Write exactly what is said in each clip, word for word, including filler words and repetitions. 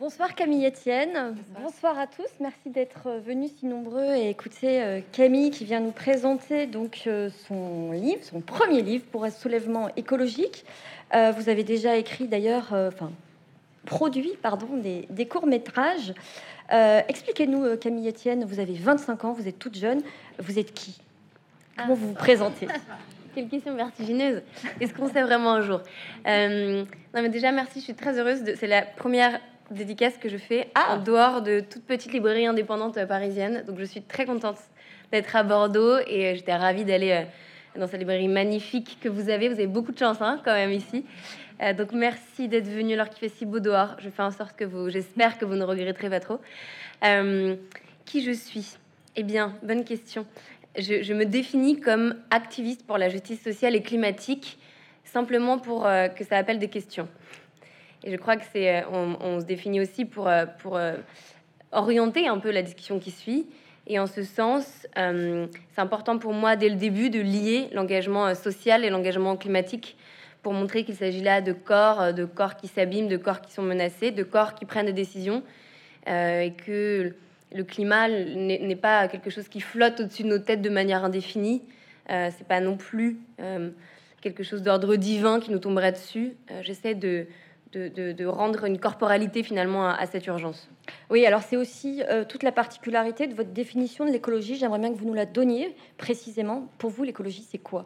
Bonsoir Camille Etienne, bonsoir. bonsoir à tous, merci d'être venus si nombreux et écouter euh, Camille qui vient nous présenter donc euh, son livre, son premier livre pour un soulèvement écologique. Euh, vous avez déjà écrit d'ailleurs, euh, enfin produit pardon, des, des courts-métrages. Euh, expliquez-nous euh, Camille Etienne, vous avez vingt-cinq ans, vous êtes toute jeune, vous êtes qui? Comment ah. vous vous présentez? Quelle question vertigineuse. Est-ce qu'on sait vraiment un jour? euh, Non mais déjà merci, je suis très heureuse. De... C'est la première dédicace que je fais ah. en dehors de toute petite librairie indépendante parisienne. Donc je suis très contente d'être à Bordeaux et j'étais ravie d'aller dans cette librairie magnifique que vous avez. Vous avez beaucoup de chance hein, quand même ici. Euh, donc merci d'être venu alors qu'il fait si beau dehors. Je fais en sorte que vous, j'espère que vous ne regretterez pas trop. Euh, qui je suis? Eh bien, bonne question. Je, je me définis comme activiste pour la justice sociale et climatique, simplement pour euh, que ça appelle des questions. Et je crois que c'est, on, on se définit aussi pour, pour euh, orienter un peu la discussion qui suit. Et en ce sens, euh, c'est important pour moi dès le début de lier l'engagement social et l'engagement climatique pour montrer qu'il s'agit là de corps, de corps qui s'abîment, de corps qui sont menacés, de corps qui prennent des décisions euh, et que le climat n'est, n'est pas quelque chose qui flotte au-dessus de nos têtes de manière indéfinie. Euh, c'est pas non plus euh, quelque chose d'ordre divin qui nous tomberait dessus. Euh, j'essaie de De, de, de rendre une corporalité finalement à, à cette urgence. Oui, alors c'est aussi euh, toute la particularité de votre définition de l'écologie. J'aimerais bien que vous nous la donniez précisément. Pour vous, l'écologie, c'est quoi?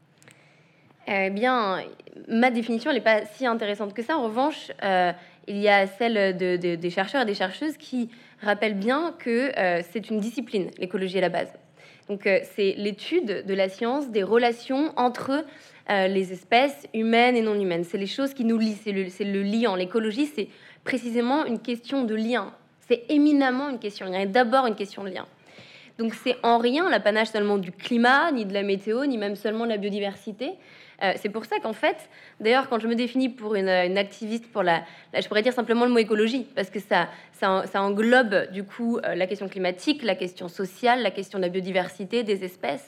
Eh bien, ma définition, elle n'est pas si intéressante que ça. En revanche, euh, il y a celle de, de, des chercheurs et des chercheuses qui rappellent bien que euh, c'est une discipline, l'écologie à la base. Donc, euh, c'est l'étude de la science des relations entre Euh, les espèces humaines et non humaines. C'est les choses qui nous lient, c'est le, c'est le liant. L'écologie, c'est précisément une question de lien. C'est éminemment une question de lien, et d'abord une question de lien. Donc c'est en rien l'apanage seulement du climat, ni de la météo, ni même seulement de la biodiversité. Euh, c'est pour ça qu'en fait, d'ailleurs, quand je me définis pour une, une activiste pour la, la... Je pourrais dire simplement le mot écologie, parce que ça, ça, ça englobe du coup euh, la question climatique, la question sociale, la question de la biodiversité, des espèces.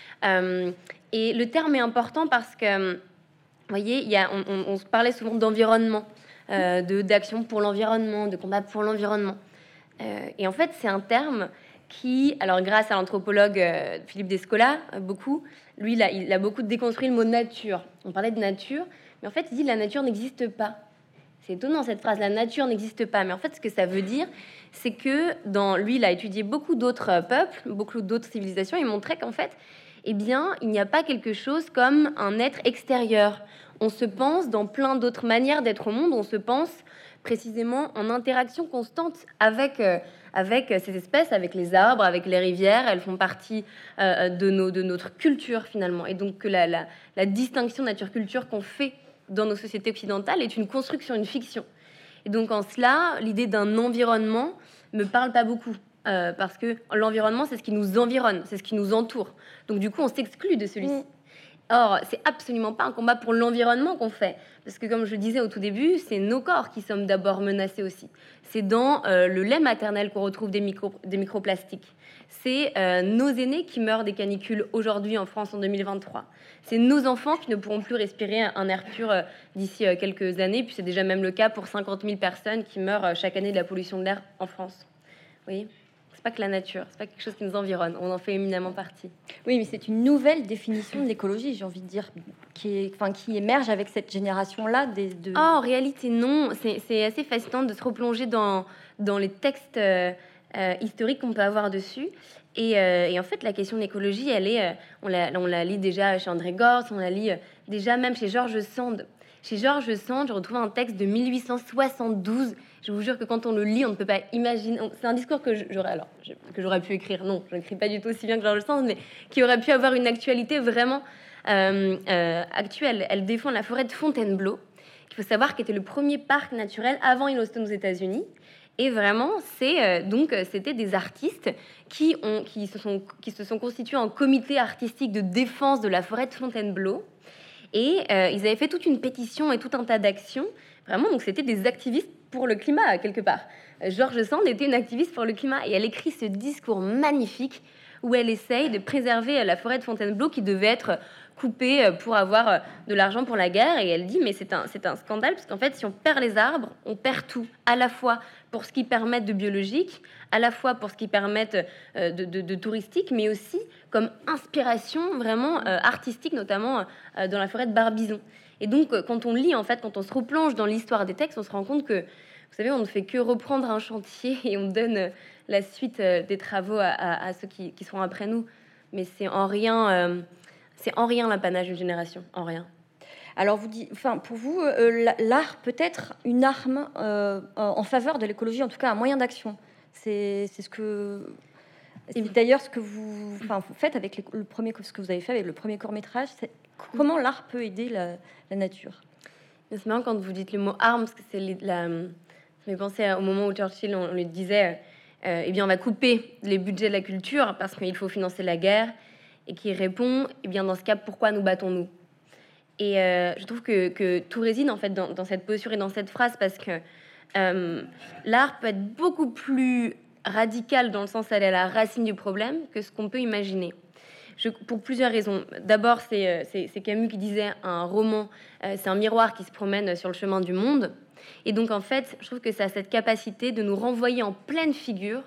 Euh, et le terme est important parce que, vous voyez, il y a, on, on, on se parlait souvent d'environnement, euh, de, d'action pour l'environnement, de combat pour l'environnement. Euh, et en fait, c'est un terme qui, alors grâce à l'anthropologue euh, Philippe Descola, euh, beaucoup, lui, il a, il a beaucoup déconstruit le mot nature. On parlait de nature, mais en fait, il dit la nature n'existe pas. C'est étonnant cette phrase, la nature n'existe pas. Mais en fait, ce que ça veut dire, c'est que dans lui, il a étudié beaucoup d'autres peuples, beaucoup d'autres civilisations, et il montrait qu'en fait, eh bien, il n'y a pas quelque chose comme un être extérieur. On se pense dans plein d'autres manières d'être au monde. On se pense précisément en interaction constante avec, euh, avec ces espèces, avec les arbres, avec les rivières. Elles font partie euh, de, nos, de notre culture, finalement. Et donc, que la, la, la distinction nature-culture qu'on fait dans nos sociétés occidentales est une construction, une fiction. Et donc, en cela, l'idée d'un environnement me parle pas beaucoup. Euh, parce que l'environnement, c'est ce qui nous environne, c'est ce qui nous entoure. Donc du coup, on s'exclut de celui-ci. Mmh. Or, c'est absolument pas un combat pour l'environnement qu'on fait. Parce que comme je le disais au tout début, c'est nos corps qui sommes d'abord menacés aussi. C'est dans euh, le lait maternel qu'on retrouve des, micro, des microplastiques. C'est euh, nos aînés qui meurent des canicules aujourd'hui en France en deux mille vingt-trois. C'est nos enfants qui ne pourront plus respirer un air pur euh, d'ici euh, quelques années. Puis c'est déjà même le cas pour cinquante mille personnes qui meurent euh, chaque année de la pollution de l'air en France. Vous voyez ? C'est pas que la nature, c'est pas quelque chose qui nous environne, on en fait éminemment partie. Oui, mais c'est une nouvelle définition de l'écologie, j'ai envie de dire, qui, est, enfin, qui émerge avec cette génération-là. Des, de... Oh, en réalité, non. C'est, c'est assez fascinant de se replonger dans, dans les textes euh, euh, historiques qu'on peut avoir dessus. Et, euh, et en fait, la question de l'écologie, elle est, euh, on, la, on la lit déjà chez André Gorz, on la lit euh, déjà même chez George Sand. Chez George Sand, je retrouve un texte de mille huit cent soixante-douze. Je vous jure que quand on le lit, on ne peut pas imaginer. C'est un discours que j'aurais, alors, que j'aurais pu écrire. Non, je n'écris pas du tout aussi bien que George Sand, mais qui aurait pu avoir une actualité vraiment euh, euh, actuelle. Elle défend la forêt de Fontainebleau, qu'il faut savoir qu'était le premier parc naturel avant Yellowstone aux États-Unis. Et vraiment, c'est euh, donc c'était des artistes qui ont qui se sont qui se sont constitués en comité artistique de défense de la forêt de Fontainebleau. Et euh, ils avaient fait toute une pétition et tout un tas d'actions. Vraiment, donc c'était des activistes pour le climat, quelque part. George Sand était une activiste pour le climat. Et elle écrit ce discours magnifique où elle essaye de préserver la forêt de Fontainebleau qui devait être couper euh, pour avoir euh, de l'argent pour la guerre. Et elle dit, mais c'est un, c'est un scandale, parce qu'en fait, si on perd les arbres, on perd tout, à la fois pour ce qu'ils permettent de biologique, à la fois pour ce qu'ils permettent euh, de, de, de touristique, mais aussi comme inspiration vraiment euh, artistique, notamment euh, dans la forêt de Barbizon. Et donc, euh, quand on lit, en fait, quand on se replonge dans l'histoire des textes, on se rend compte que, vous savez, on ne fait que reprendre un chantier et on donne euh, la suite euh, des travaux à, à, à ceux qui, qui seront après nous. Mais c'est en rien... Euh, C'est en rien l'apanage d'une génération, en rien. Alors, vous dites, enfin, pour vous, euh, l'art peut être une arme euh, en faveur de l'écologie, en tout cas un moyen d'action. C'est, c'est ce que, c'est d'ailleurs ce que vous, enfin, vous faites avec les, le premier, ce que vous avez fait avec le premier court métrage. C'est, comment l'art peut aider la, la nature? C'est marrant quand vous dites le mot arme, parce que c'est les, la. Je me pensais au moment où Churchill, on, on lui disait, euh, eh bien, on va couper les budgets de la culture parce qu'il faut financer la guerre. Et qui répond, eh bien, dans ce cas, pourquoi nous battons-nous? Et euh, je trouve que, que tout réside en fait dans, dans cette posture et dans cette phrase, parce que euh, l'art peut être beaucoup plus radical dans le sens d'aller à la racine du problème que ce qu'on peut imaginer. Je, pour plusieurs raisons. D'abord, c'est, c'est, c'est Camus qui disait un roman, euh, c'est un miroir qui se promène sur le chemin du monde. Et donc, en fait, je trouve que ça a cette capacité de nous renvoyer en pleine figure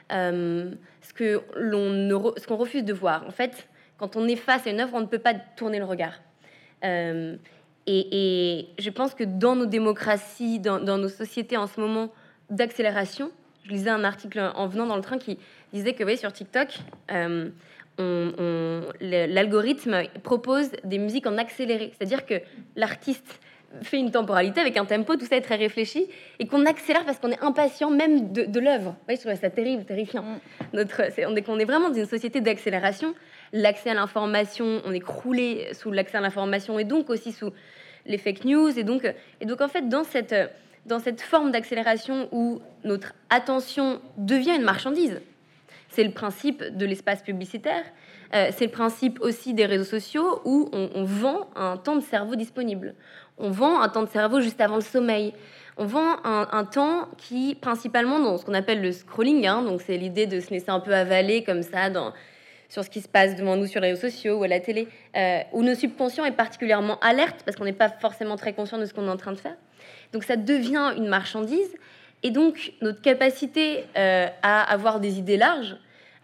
Euh, ce que l'on ne re, ce qu'on refuse de voir. En fait, quand on est face à une œuvre, on ne peut pas tourner le regard. Euh, et, et je pense que dans nos démocraties, dans, dans nos sociétés en ce moment d'accélération, je lisais un article en venant dans le train qui disait que, vous voyez, sur TikTok, euh, on, on, l'algorithme propose des musiques en accéléré, c'est-à-dire que l'artiste fait une temporalité avec un tempo, tout ça est très réfléchi, et qu'on accélère parce qu'on est impatient même de, de l'œuvre. Vous voyez, je trouve ça terrible, terrifiant. Notre, c'est, on, est, on est vraiment dans une société d'accélération. L'accès à l'information, on est croulé sous l'accès à l'information et donc aussi sous les fake news. Et donc, et donc en fait, dans cette, dans cette forme d'accélération où notre attention devient une marchandise, c'est le principe de l'espace publicitaire, euh, c'est le principe aussi des réseaux sociaux où on, on vend un temps de cerveau disponible. On vend un temps de cerveau juste avant le sommeil. On vend un, un temps qui, principalement, dans ce qu'on appelle le scrolling, hein, donc c'est l'idée de se laisser un peu avaler comme ça dans, sur ce qui se passe devant nous sur les réseaux sociaux ou à la télé, euh, où nos subconscients est particulièrement alerte parce qu'on n'est pas forcément très conscient de ce qu'on est en train de faire. Donc ça devient une marchandise. Et donc notre capacité euh, à avoir des idées larges,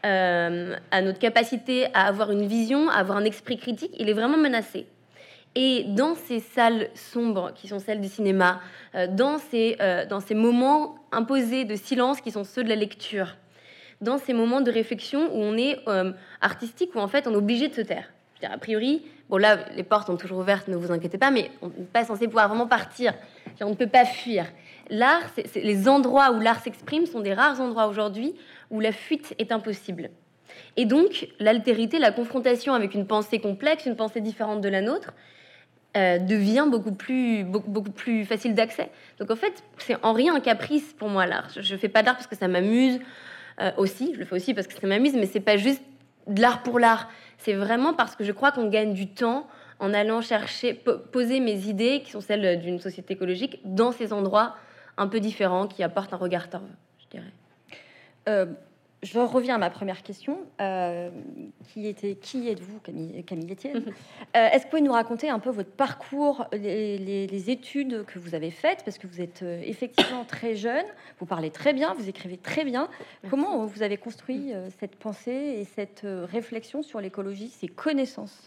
euh, à notre capacité à avoir une vision, à avoir un esprit critique, il est vraiment menacé. Et dans ces salles sombres qui sont celles du cinéma, euh, dans, ces, euh, dans ces moments imposés de silence qui sont ceux de la lecture, dans ces moments de réflexion où on est euh, artistique, où en fait on est obligé de se taire. Je veux dire, a priori, bon là, les portes sont toujours ouvertes, ne vous inquiétez pas, mais on n'est pas censé pouvoir vraiment partir. On ne peut pas fuir. L'art, c'est, c'est, les endroits où l'art s'exprime sont des rares endroits aujourd'hui où la fuite est impossible. Et donc, l'altérité, la confrontation avec une pensée complexe, une pensée différente de la nôtre, euh, devient beaucoup plus, beaucoup, beaucoup plus facile d'accès. Donc en fait, c'est en rien un caprice pour moi, l'art. Je ne fais pas d'art parce que ça m'amuse euh, aussi, je le fais aussi parce que ça m'amuse, mais c'est pas juste de l'art pour l'art. C'est vraiment parce que je crois qu'on gagne du temps en allant chercher, po- poser mes idées, qui sont celles d'une société écologique, dans ces endroits un peu différents, qui apportent un regard torve, je dirais. Euh, je reviens à ma première question. Euh, qui, était, qui êtes-vous, Camille, Camille Etienne? euh, Est-ce que vous pouvez nous raconter un peu votre parcours, les, les, les études que vous avez faites? Parce que vous êtes euh, effectivement très jeune, vous parlez très bien, vous écrivez très bien. Merci. Comment vous avez construit euh, cette pensée et cette euh, réflexion sur l'écologie, ces connaissances?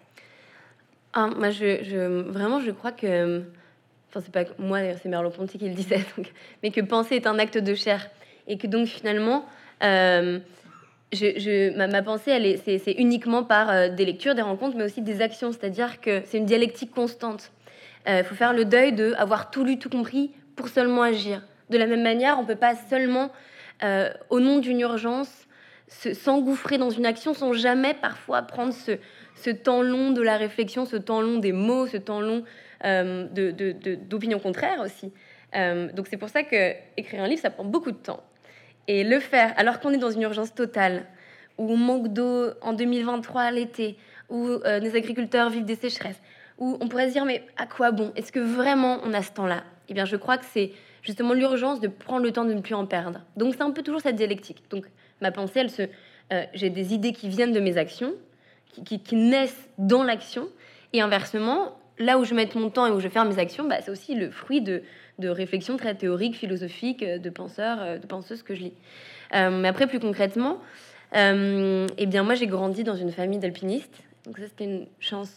Ah, moi, je, je, vraiment, je crois que... Enfin, c'est pas moi, c'est Merleau-Ponty qui le disait, donc, mais que penser est un acte de chair. Et que donc, finalement... Euh, je, je, ma, ma pensée, elle est, c'est, c'est uniquement par euh, des lectures, des rencontres, mais aussi des actions. C'est-à-dire que c'est une dialectique constante. Il euh, faut faire le deuil d'avoir tout lu, tout compris pour seulement agir. De la même manière, on ne peut pas seulement, euh, au nom d'une urgence, se, s'engouffrer dans une action sans jamais parfois prendre ce, ce temps long de la réflexion, ce temps long des mots, ce temps long euh, de, de, de, d'opinions contraires aussi. Euh, donc c'est pour ça que écrire un livre, ça prend beaucoup de temps. Et le faire alors qu'on est dans une urgence totale, où on manque d'eau en deux mille vingt-trois à l'été, où euh, les agriculteurs vivent des sécheresses, où on pourrait se dire, mais à quoi bon? Est-ce que vraiment on a ce temps-là? Eh bien, je crois que c'est justement l'urgence de prendre le temps de ne plus en perdre. Donc, c'est un peu toujours cette dialectique. Donc, ma pensée, elle se... Euh, j'ai des idées qui viennent de mes actions, qui, qui, qui naissent dans l'action. Et inversement, là où je mets mon temps et où je fais mes actions, bah, c'est aussi le fruit de, de réflexions très théoriques, philosophiques, de penseurs, de penseuses que je lis. Euh, mais après, plus concrètement, euh, eh bien, moi, j'ai grandi dans une famille d'alpinistes. Donc ça, c'était une chance,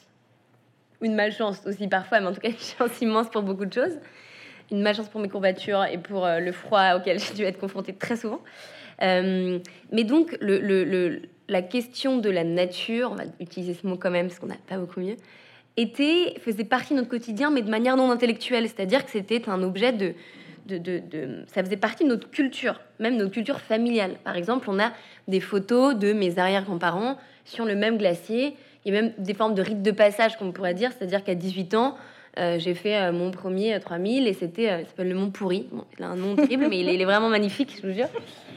une malchance aussi parfois, mais en tout cas, une chance immense pour beaucoup de choses. Une malchance pour mes courbatures et pour euh, le froid auquel j'ai dû être confrontée très souvent. Euh, mais donc, le, le, le, la question de la nature, on va utiliser ce mot quand même parce qu'on n'a pas beaucoup mieux, était, faisait partie de notre quotidien, mais de manière non intellectuelle. C'est-à-dire que c'était un objet de, de, de, de... Ça faisait partie de notre culture, même notre culture familiale. Par exemple, on a des photos de mes arrière-grands-parents sur le même glacier. Il y a même des formes de rites de passage, qu'on pourrait dire. C'est-à-dire qu'à dix-huit ans, euh, j'ai fait euh, mon premier euh, trois mille et c'était, euh, ça s'appelle le Mont Pourri. Bon, il a un nom terrible, mais il est, il est vraiment magnifique, je vous jure.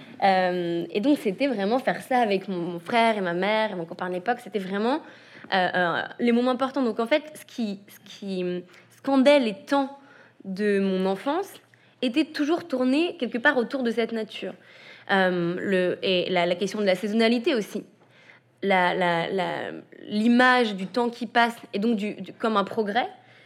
Euh, et donc, c'était vraiment faire ça avec mon, mon frère et ma mère et mon copain à l'époque. C'était vraiment euh, euh, les moments importants. Donc, en fait, ce qui, ce qui scandait les temps de mon enfance était toujours tourné quelque part autour de cette nature. Euh, le, et la, la question de la saisonnalité aussi. La, la, la, l'image du temps qui passe, et donc du, du, comme un progrès,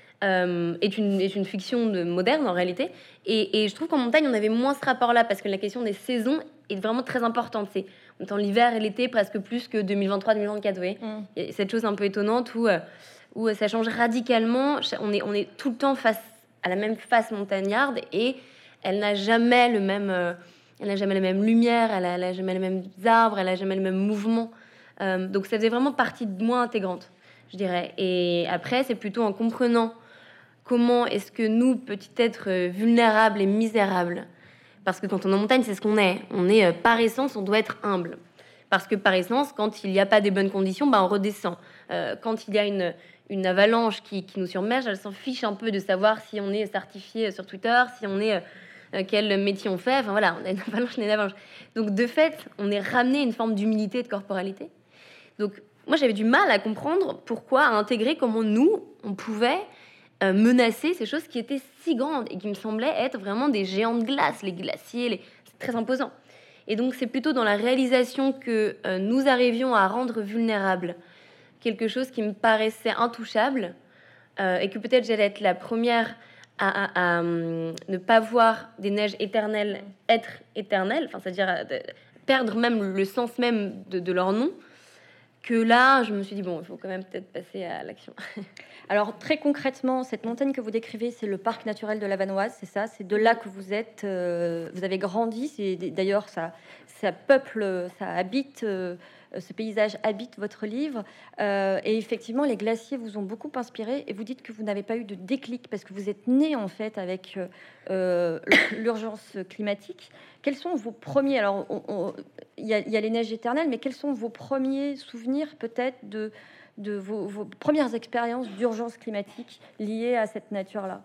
euh, est, une, est une fiction de, moderne en réalité. Et, et je trouve qu'en montagne, on avait moins ce rapport-là, parce que la question des saisons est vraiment très importante. C'est autant l'hiver et l'été, presque plus que deux mille vingt-trois deux mille vingt-quatre. Vous voyez, mm. Il y a cette chose un peu étonnante où, où ça change radicalement. On est, on est tout le temps face à la même face montagnarde, et elle n'a jamais le même, euh, elle n'a jamais la même lumière, elle n'a jamais les mêmes arbres, elle n'a jamais le même mouvement. Euh, donc ça faisait vraiment partie de moi intégrante, je dirais. Et après, c'est plutôt en comprenant comment est-ce que nous, petits êtres vulnérables et misérables, parce que quand on est en montagne, c'est ce qu'on est. On est, euh, par essence, on doit être humble. Parce que par essence, quand il n'y a pas des bonnes conditions, bah, on redescend. Euh, quand il y a une, une avalanche qui, qui nous surmerge, elle s'en fiche un peu de savoir si on est certifié sur Twitter, si on est... Euh, quel métier on fait. Enfin voilà, on a une avalanche, on a une avalanche. Donc de fait, on est ramené à une forme d'humilité et de corporalité. Donc, moi, j'avais du mal à comprendre pourquoi, à intégrer comment nous, on pouvait euh, menacer ces choses qui étaient si grandes et qui me semblaient être vraiment des géants de glace, les glaciers, les... c'est très imposant. Et donc, c'est plutôt dans la réalisation que euh, nous arrivions à rendre vulnérable quelque chose qui me paraissait intouchable euh, et que peut-être j'allais être la première à, à, à, à ne pas voir des neiges éternelles être éternelles, enfin, c'est-à-dire à, à perdre même le sens même de, de leur nom, que là, je me suis dit, bon, il faut quand même peut-être passer à l'action. Alors, très concrètement, cette montagne que vous décrivez, c'est le parc naturel de la Vanoise, c'est ça? C'est de là que vous êtes, euh, vous avez grandi, c'est, d'ailleurs, ça, ça peuple, ça habite, euh, ce paysage habite votre livre. Euh, et effectivement, les glaciers vous ont beaucoup inspiré, et vous dites que vous n'avez pas eu de déclic, parce que vous êtes né, en fait, avec euh, l'urgence climatique. Quels sont vos premiers... Alors, il y, y a les neiges éternelles, mais quels sont vos premiers souvenirs, peut-être, de, de vos, vos premières expériences d'urgence climatique liées à cette nature-là?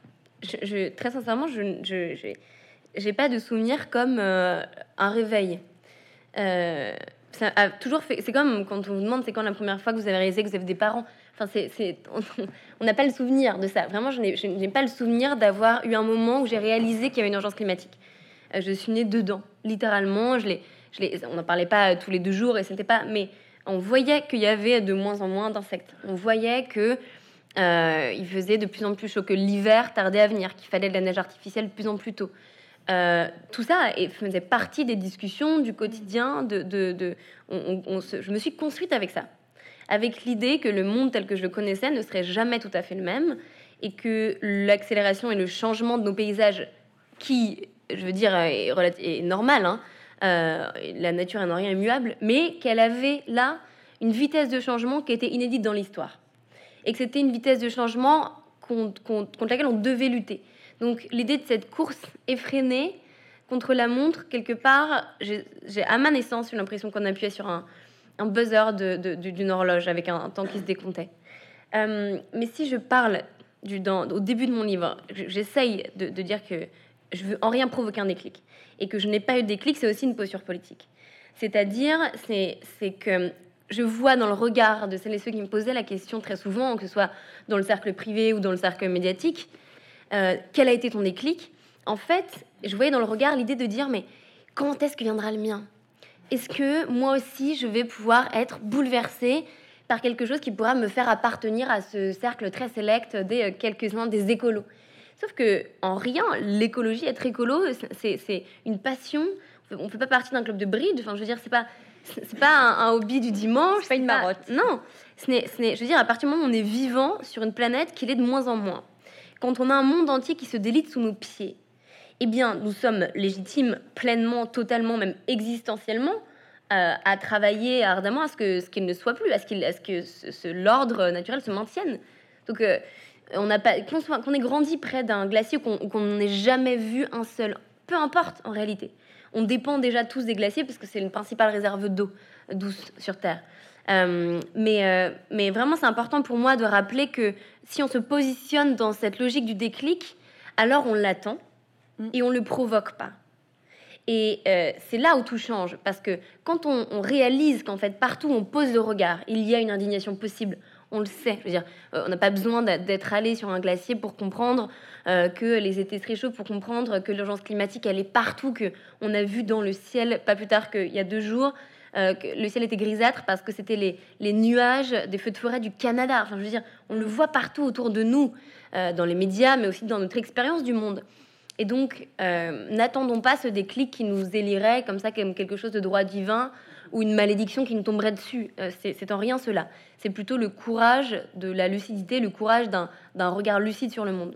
je, je, Très sincèrement, je n'ai pas de souvenirs comme euh, un réveil. Euh, ça a toujours fait... C'est comme quand on vous demande c'est quand la première fois que vous avez réalisé que vous avez des parents. Enfin, c'est, c'est, on n'a pas le souvenir de ça. Vraiment, je n'ai, je n'ai pas le souvenir d'avoir eu un moment où j'ai réalisé qu'il y avait une urgence climatique. Je suis née dedans, littéralement. Je l'ai, je l'ai, on n'en parlait pas tous les deux jours et c'était pas. Mais on voyait qu'il y avait de moins en moins d'insectes. On voyait que euh, il faisait de plus en plus chaud, que l'hiver tardait à venir, qu'il fallait de la neige artificielle de plus en plus tôt. Euh, tout ça et faisait partie des discussions du quotidien. De, de, de on, on, on se, je me suis construite avec ça, avec l'idée que le monde tel que je le connaissais ne serait jamais tout à fait le même et que l'accélération et le changement de nos paysages, qui je veux dire, est, est normal, hein. Euh, la nature est en rien immuable, mais qu'elle avait là une vitesse de changement qui était inédite dans l'histoire. Et que c'était une vitesse de changement contre, contre, contre laquelle on devait lutter. Donc l'idée de cette course effrénée contre la montre, quelque part, j'ai, j'ai à ma naissance eu l'impression qu'on appuyait sur un, un buzzer de, de, de, d'une horloge avec un, un temps qui se décomptait. Euh, mais si je parle du, dans, au début de mon livre, j'essaye de, de dire que je veux en rien provoquer un déclic. Et que je n'ai pas eu de déclic, c'est aussi une posture politique. C'est-à-dire, c'est, c'est que je vois dans le regard de celles et ceux qui me posaient la question très souvent, que ce soit dans le cercle privé ou dans le cercle médiatique, euh, quel a été ton déclic? En fait, je voyais dans le regard l'idée de dire, mais quand est-ce que viendra le mien? Est-ce que moi aussi, je vais pouvoir être bouleversée par quelque chose qui pourra me faire appartenir à ce cercle très sélect des euh, quelques-uns des écolos. Sauf que en rien, l'écologie, être écolo, c'est, c'est une passion. On ne fait pas partie d'un club de bridge. Enfin, je veux dire, c'est pas, c'est pas un, un hobby du dimanche. C'est pas une marotte. Non, ce n'est, ce n'est, je veux dire, à partir du moment où on est vivant sur une planète, qu'il est de moins en moins. Quand on a un monde entier qui se délite sous nos pieds, eh bien, nous sommes légitimes, pleinement, totalement, même existentiellement, euh, à travailler ardemment à ce que ce qu'il ne soit plus, à ce, qu'il, à ce que ce, ce, l'ordre naturel se maintienne. Donc, euh, on n'a pas, qu'on, soit, qu'on ait grandi près d'un glacier, qu'on, qu'on n'ait jamais vu un seul, peu importe en réalité. On dépend déjà tous des glaciers parce que c'est une principale réserve d'eau douce sur Terre. Euh, mais, euh, mais vraiment, c'est important pour moi de rappeler que si on se positionne dans cette logique du déclic, alors on l'attend et on ne le provoque pas. Et euh, c'est là où tout change, parce que quand on, on réalise qu'en fait, partout où on pose le regard, il y a une indignation possible, on le sait. Je veux dire, euh, on n'a pas besoin d'être allé sur un glacier pour comprendre euh, que les étés très chauds, pour comprendre que l'urgence climatique, elle est partout, qu'on a vu dans le ciel, pas plus tard qu'il y a deux jours, euh, que le ciel était grisâtre parce que c'était les, les nuages des feux de forêt du Canada. Enfin, je veux dire, on le voit partout autour de nous, euh, dans les médias, mais aussi dans notre expérience du monde. Et donc, euh, n'attendons pas ce déclic qui nous élirait comme ça, comme quelque chose de droit divin ou une malédiction qui nous tomberait dessus. Euh, c'est, c'est en rien cela. C'est plutôt le courage de la lucidité, le courage d'un, d'un regard lucide sur le monde.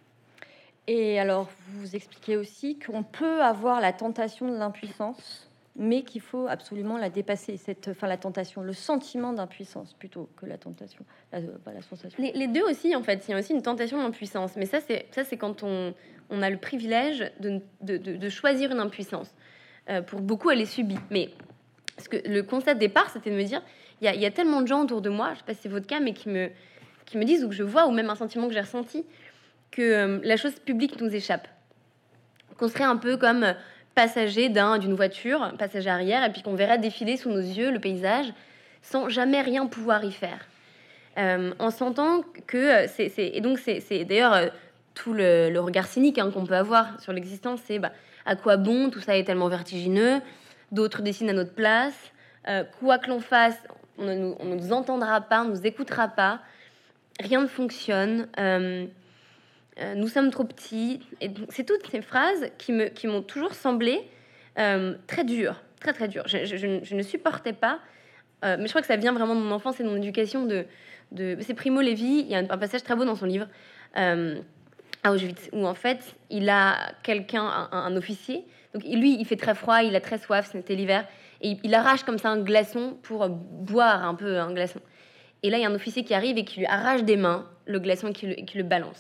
Et alors, vous expliquez aussi qu'on peut avoir la tentation de l'impuissance, mais qu'il faut absolument la dépasser, cette, enfin la tentation, le sentiment d'impuissance plutôt que la tentation, la, pas la sensation. Les, les deux aussi, en fait, il y a aussi une tentation d'impuissance, mais ça, c'est, ça, c'est quand on, on a le privilège de, de, de, de choisir une impuissance. Euh, pour beaucoup, elle est subie. Mais parce que le constat de départ, c'était de me dire, il y a, il y a tellement de gens autour de moi, je ne sais pas si c'est votre cas, mais qui me, qui me disent, ou que je vois, ou même un sentiment que j'ai ressenti, que euh, la chose publique nous échappe. Qu'on serait un peu comme passager d'un, d'une voiture, passager arrière, et puis qu'on verrait défiler sous nos yeux le paysage sans jamais rien pouvoir y faire. Euh, en sentant que c'est... c'est et donc, c'est, c'est d'ailleurs euh, tout le, le regard cynique hein, qu'on peut avoir sur l'existence, c'est bah, à quoi bon, tout ça est tellement vertigineux, d'autres dessinent à notre place, euh, quoi que l'on fasse, on ne nous, on nous entendra pas, on ne nous écoutera pas, rien ne fonctionne... Euh, Euh, nous sommes trop petits. Et donc, c'est toutes ces phrases qui, me, qui m'ont toujours semblé euh, très dures, très très dures. Je, je, je, je ne supportais pas, euh, mais je crois que ça vient vraiment de mon enfance et de mon éducation. De, de, c'est Primo Levi, il y a un, un passage très beau dans son livre, euh, à Auschwitz, où en fait, il a quelqu'un, un, un officier, donc lui, il fait très froid, il a très soif, c'était l'hiver, et il, il arrache comme ça un glaçon pour boire un peu un glaçon. Et là, il y a un officier qui arrive et qui lui arrache des mains le glaçon et qui le, et qui le balance.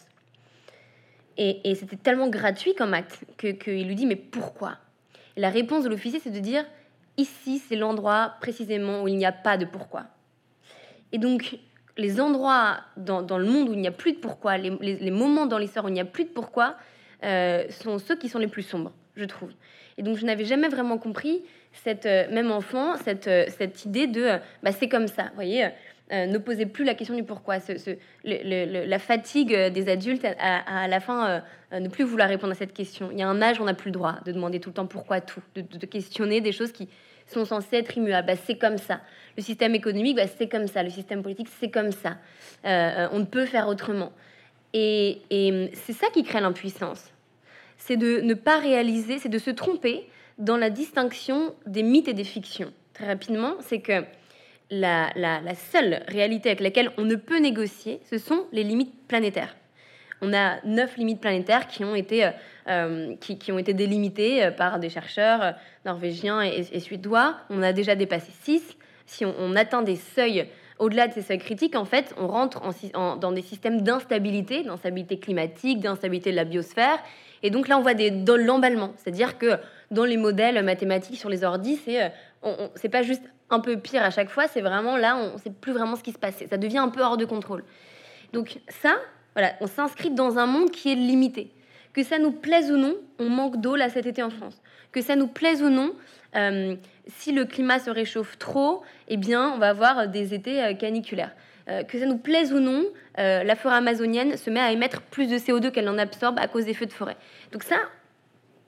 Et, et c'était tellement gratuit comme acte que, qu'il lui dit « Mais pourquoi ?» Et la réponse de l'officier, c'est de dire « Ici, c'est l'endroit précisément où il n'y a pas de pourquoi. » Et donc, les endroits dans, dans le monde où il n'y a plus de pourquoi, les, les, les moments dans l'histoire où il n'y a plus de pourquoi, euh, sont ceux qui sont les plus sombres, je trouve. Et donc, je n'avais jamais vraiment compris, cette, euh, même enfant, cette, euh, cette idée de euh, bah, « c'est comme ça », vous voyez. Euh, ne posez plus la question du pourquoi. Ce, ce, le, le, la fatigue des adultes à, à, à la fin euh, ne plus vouloir répondre à cette question. Il y a un âge où on n'a plus le droit de demander tout le temps pourquoi tout, de, de, de questionner des choses qui sont censées être immuables. Bah, c'est comme ça. Le système économique, bah, c'est comme ça. Le système politique, c'est comme ça. Euh, on ne peut faire autrement. Et, et c'est ça qui crée l'impuissance. C'est de ne pas réaliser, c'est de se tromper dans la distinction des mythes et des fictions. Très rapidement, c'est que La, la, la seule réalité avec laquelle on ne peut négocier, ce sont les limites planétaires. On a neuf limites planétaires qui ont été, euh, qui, qui ont été délimitées par des chercheurs norvégiens et, et suédois. On a déjà dépassé six. Si on, on atteint des seuils, au-delà de ces seuils critiques, en fait, on rentre en, en, dans des systèmes d'instabilité, d'instabilité climatique, d'instabilité de la biosphère. Et donc là, on voit des, de l'emballement. C'est-à-dire que dans les modèles mathématiques sur les ordis, c'est, on, on, c'est pas juste un peu pire à chaque fois, c'est vraiment là, on ne sait plus vraiment ce qui se passe. Ça devient un peu hors de contrôle. Donc ça, voilà, on s'inscrit dans un monde qui est limité. Que ça nous plaise ou non, on manque d'eau là cet été en France. Que ça nous plaise ou non, euh, si le climat se réchauffe trop, eh bien, on va avoir des étés euh, caniculaires. Euh, que ça nous plaise ou non, euh, la forêt amazonienne se met à émettre plus de C O deux qu'elle en absorbe à cause des feux de forêt. Donc ça,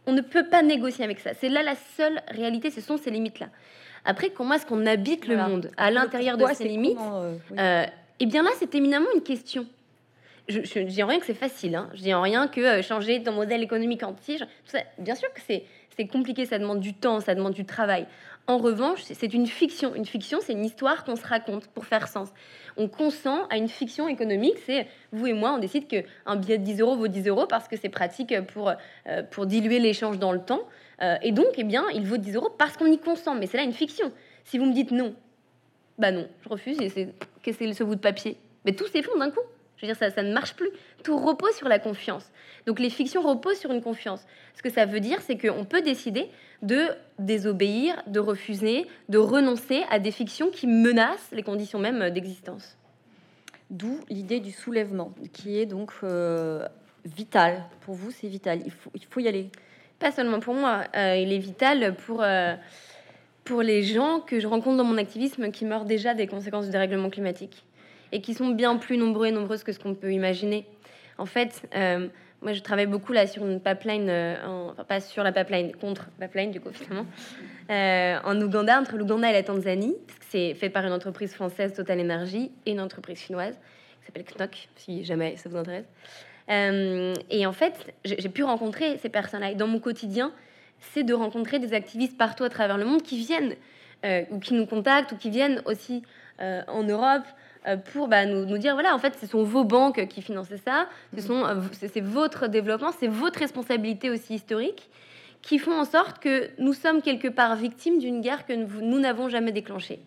On ne peut pas négocier avec ça. C'est là la seule réalité, ce sont ces limites-là. Après, comment est-ce qu'on habite voilà. le monde à l'intérieur de ces limites comment, euh, oui. euh, Eh bien là, c'est éminemment une question. Je ne dis en rien que c'est facile. Hein. Je dis en rien que euh, changer ton modèle économique entier. Tout ça, bien sûr que c'est, c'est compliqué, ça demande du temps, ça demande du travail. En revanche, c'est une fiction. Une fiction, c'est une histoire qu'on se raconte pour faire sens. On consent à une fiction économique. C'est vous et moi, on décide qu'un billet de dix euros vaut dix euros parce que c'est pratique pour, euh, pour diluer l'échange dans le temps. Euh, et donc, eh bien, il vaut dix euros parce qu'on y consent. Mais c'est là une fiction. Si vous me dites non, bah non, je refuse. Et c'est, qu'est-ce que c'est ce bout de papier? Mais tout s'effondre d'un coup. Je veux dire, ça, ça ne marche plus. Tout repose sur la confiance. Donc, les fictions reposent sur une confiance. Ce que ça veut dire, c'est qu'on peut décider de désobéir, de refuser, de renoncer à des fictions qui menacent les conditions mêmes d'existence. D'où l'idée du soulèvement, qui est donc euh, vital. Pour vous, c'est vital. Il faut, il faut y aller. Pas seulement pour moi. Euh, il est vital pour, euh, pour les gens que je rencontre dans mon activisme qui meurent déjà des conséquences du dérèglement climatique et qui sont bien plus nombreux et nombreuses que ce qu'on peut imaginer. En fait, euh, moi, je travaille beaucoup là sur une pipeline, euh, en, enfin pas sur la pipeline, contre pipeline du coup finalement, euh, en Ouganda, entre l'Ouganda et la Tanzanie, parce que c'est fait par une entreprise française, Total Energy, et une entreprise chinoise qui s'appelle C N O C, si jamais ça vous intéresse. Euh, et en fait, j'ai, j'ai pu rencontrer ces personnes-là. Et dans mon quotidien, c'est de rencontrer des activistes partout à travers le monde qui viennent, euh, ou qui nous contactent, ou qui viennent aussi euh, en Europe, pour bah, nous, nous dire, voilà, en fait, ce sont vos banques qui financent ça, ce sont, c'est, c'est votre développement, c'est votre responsabilité aussi historique, qui font en sorte que nous sommes quelque part victimes d'une guerre que nous, nous n'avons jamais déclenchée.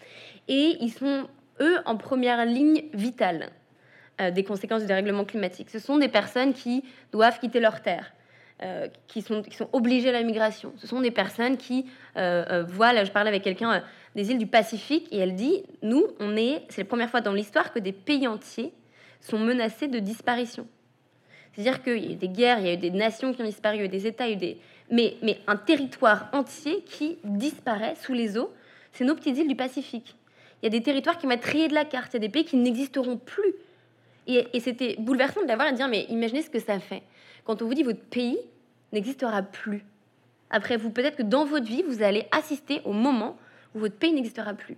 Et ils sont, eux, en première ligne vitale euh, des conséquences du dérèglement climatique. Ce sont des personnes qui doivent quitter leur terre, euh, qui, sont, qui sont obligées à la migration. Ce sont des personnes qui euh, euh, voient, là, je parlais avec quelqu'un... Euh, des îles du Pacifique, et elle dit, nous, on est, c'est la première fois dans l'histoire que des pays entiers sont menacés de disparition. C'est-à-dire qu'il y a eu des guerres, il y a eu des nations qui ont disparu, il y a eu des États, il y a eu des... Mais, mais un territoire entier qui disparaît sous les eaux, c'est nos petites îles du Pacifique. Il y a des territoires qui vont être rayés de la carte, il y a des pays qui n'existeront plus. Et, et c'était bouleversant de l'avoir et de dire, mais imaginez ce que ça fait. Quand on vous dit votre pays n'existera plus. Après vous, peut-être que dans votre vie, vous allez assister au moment où votre pays n'existera plus.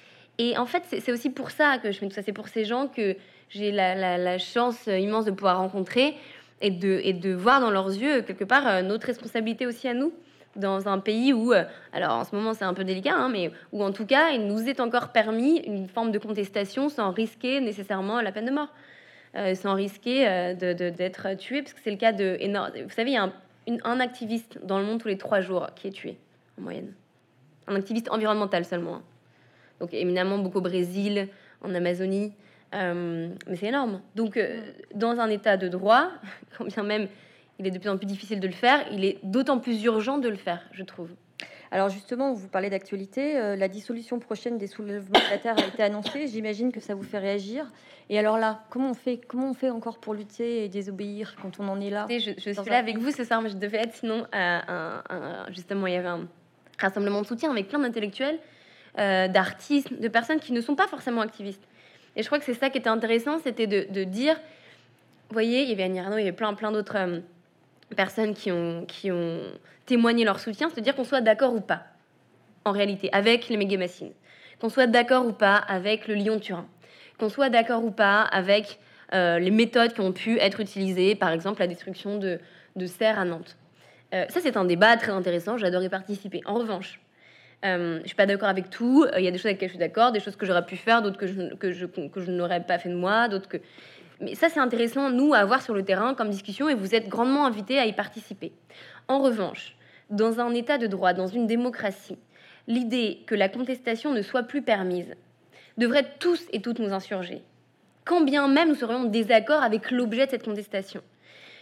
Et en fait, c'est, c'est aussi pour ça que je fais tout ça. C'est pour ces gens que j'ai la, la, la chance immense de pouvoir rencontrer et de, et de voir dans leurs yeux, quelque part, notre responsabilité aussi à nous, dans un pays où, alors en ce moment c'est un peu délicat, hein, mais où en tout cas, il nous est encore permis une forme de contestation sans risquer nécessairement la peine de mort, euh, sans risquer euh, de, de, d'être tué, parce que c'est le cas de... Vous savez, il y a un, une, un activiste dans le monde tous les trois jours qui est tué, en moyenne. Un activiste environnemental seulement. Hein. Donc éminemment beaucoup au Brésil, en Amazonie, euh, mais c'est énorme. Donc euh, dans un état de droit, quand bien même il est de plus en plus difficile de le faire, il est d'autant plus urgent de le faire, je trouve. Alors justement, vous parlez d'actualité, euh, la dissolution prochaine des soulèvements de la Terre a été annoncée, j'imagine que ça vous fait réagir. Et alors là, comment on fait, comment on fait encore pour lutter et désobéir quand on en est là? Je, je suis là avec vous ce soir, mais je devais être sinon à un, un, justement, il y avait un rassemblement de soutien avec plein d'intellectuels, euh, d'artistes, de personnes qui ne sont pas forcément activistes. Et je crois que c'est ça qui était intéressant, c'était de, de dire, vous voyez, il y avait Annie Ernaux, il y avait plein, plein d'autres euh, personnes qui ont, qui ont témoigné leur soutien, c'est de dire qu'on soit d'accord ou pas, en réalité, avec les méga-bassines, qu'on soit d'accord ou pas avec le Lyon-Turin, qu'on soit d'accord ou pas avec euh, les méthodes qui ont pu être utilisées, par exemple la destruction de, de serres à Nantes. Euh, ça, c'est un débat très intéressant, j'adore y participer. En revanche, euh, je ne suis pas d'accord avec tout, il y a des choses avec lesquelles je suis d'accord, des choses que j'aurais pu faire, d'autres que je, que je, que je n'aurais pas fait de moi, d'autres que... Mais ça, c'est intéressant, nous, à avoir sur le terrain comme discussion, et vous êtes grandement invités à y participer. En revanche, dans un état de droit, dans une démocratie, l'idée que la contestation ne soit plus permise devrait tous et toutes nous insurger, quand bien même nous serions en désaccord avec l'objet de cette contestation. Pourquoi ?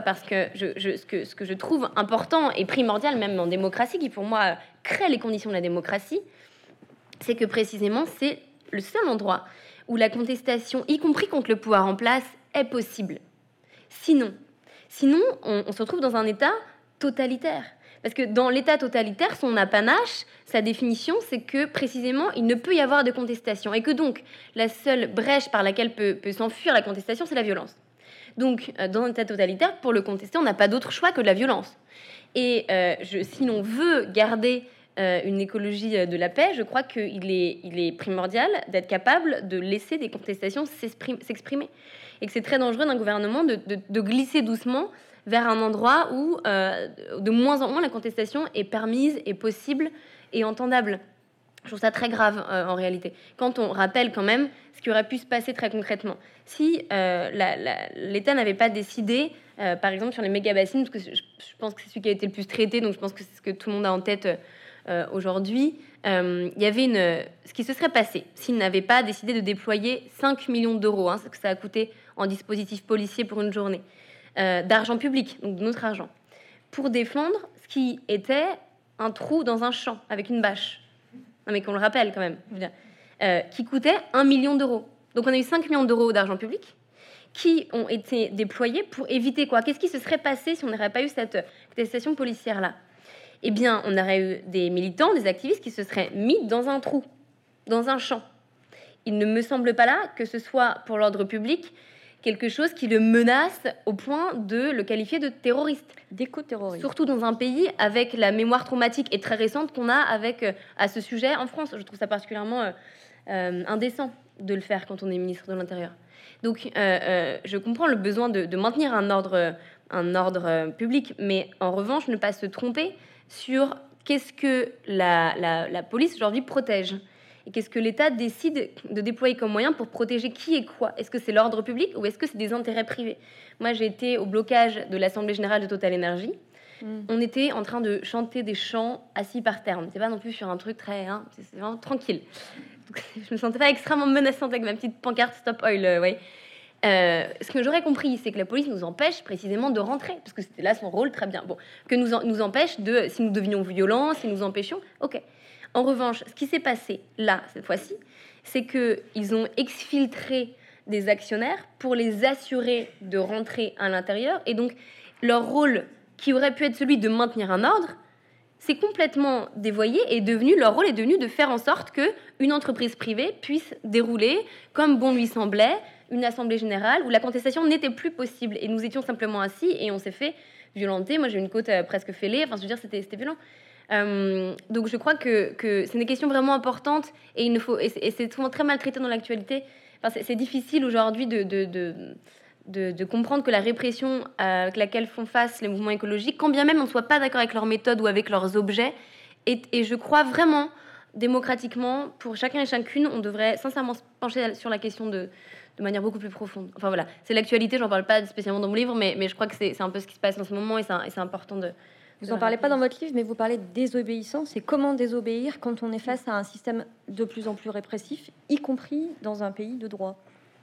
Parce que, je, je, ce que ce que je trouve important et primordial, même en démocratie, qui pour moi crée les conditions de la démocratie, c'est que précisément, c'est le seul endroit où la contestation, y compris contre le pouvoir en place, est possible. Sinon, sinon on, on se retrouve dans un état totalitaire. Parce que dans l'état totalitaire, son apanage, sa définition, c'est que précisément, il ne peut y avoir de contestation. Et que donc, la seule brèche par laquelle peut, peut s'enfuir la contestation, c'est la violence. Donc, dans un état totalitaire, pour le contester, on n'a pas d'autre choix que de la violence. Et euh, je, si l'on veut garder euh, une écologie de la paix, je crois qu'il est, il est primordial d'être capable de laisser des contestations s'exprimer. Et que c'est très dangereux d'un gouvernement de, de, de glisser doucement vers un endroit où euh, de moins en moins la contestation est permise, est possible et entendable. Je trouve ça très grave euh, en réalité. Quand on rappelle quand même ce qui aurait pu se passer très concrètement. Si euh, la, la, l'État n'avait pas décidé, euh, par exemple sur les méga-bassines, parce que je, je pense que c'est celui qui a été le plus traité, donc je pense que c'est ce que tout le monde a en tête euh, aujourd'hui, euh, il y avait une, ce qui se serait passé s'il n'avait pas décidé de déployer cinq millions d'euros, hein, ce que ça a coûté en dispositif policier pour une journée, euh, d'argent public, donc de notre argent, pour défendre ce qui était un trou dans un champ avec une bâche. Non, mais qu'on le rappelle quand même, je veux dire, euh, qui coûtait un million d'euros. Donc on a eu cinq millions d'euros d'argent public qui ont été déployés pour éviter quoi? Qu'est-ce qui se serait passé si on n'aurait pas eu cette contestation policière-là? Eh bien, on aurait eu des militants, des activistes qui se seraient mis dans un trou, dans un champ. Il ne me semble pas là que ce soit pour l'ordre public quelque chose qui le menace au point de le qualifier de terroriste. D'éco-terroriste. Surtout dans un pays avec la mémoire traumatique et très récente qu'on a avec, euh, à ce sujet en France. Je trouve ça particulièrement euh, euh, indécent de le faire quand on est ministre de l'Intérieur. Donc, euh, euh, je comprends le besoin de, de maintenir un ordre, un ordre euh, public, mais en revanche, ne pas se tromper sur qu'est-ce que la, la, la police aujourd'hui protège. Et qu'est-ce que l'État décide de déployer comme moyen pour protéger qui et quoi? Est-ce que c'est l'ordre public ou est-ce que c'est des intérêts privés? Moi, j'ai été au blocage de l'Assemblée Générale de Total Énergie. Mm. On était en train de chanter des chants assis par terre. On n'était pas non plus sur un truc très... Hein, c'est vraiment tranquille. Donc, je me sentais pas extrêmement menaçante avec ma petite pancarte Stop Oil. Euh, ouais. euh, ce que j'aurais compris, c'est que la police nous empêche précisément de rentrer, parce que c'était là son rôle, très bien. Bon, que nous, en, nous empêche de... Si nous devenions violents, si nous empêchions, ok. En revanche, ce qui s'est passé là, cette fois-ci, c'est qu'ils ont exfiltré des actionnaires pour les assurer de rentrer à l'intérieur. Et donc, leur rôle, qui aurait pu être celui de maintenir un ordre, c'est complètement dévoyé et devenu, leur rôle est devenu de faire en sorte qu'une entreprise privée puisse dérouler, comme bon lui semblait, une assemblée générale où la contestation n'était plus possible. Et nous étions simplement assis et on s'est fait violenter. Moi, j'ai une côte euh, presque fêlée. Enfin, je veux dire, c'était, c'était violent. Euh, donc je crois que, que c'est des questions vraiment importantes et, il ne faut, et, c'est, et c'est souvent très maltraité dans l'actualité. Enfin, c'est, c'est difficile aujourd'hui de, de, de, de, de comprendre que la répression avec laquelle font face les mouvements écologiques, quand bien même on ne soit pas d'accord avec leurs méthodes ou avec leurs objets, et, et je crois vraiment, démocratiquement, pour chacun et chacune, on devrait sincèrement se pencher sur la question de, de manière beaucoup plus profonde. Enfin voilà, c'est l'actualité, j'en parle pas spécialement dans mon livre, mais, mais je crois que c'est, c'est un peu ce qui se passe en ce moment et c'est, et c'est important de... Vous n'en parlez pas dans votre livre, mais vous parlez de désobéissance. Et comment désobéir quand on est face à un système de plus en plus répressif, y compris dans un pays de droit?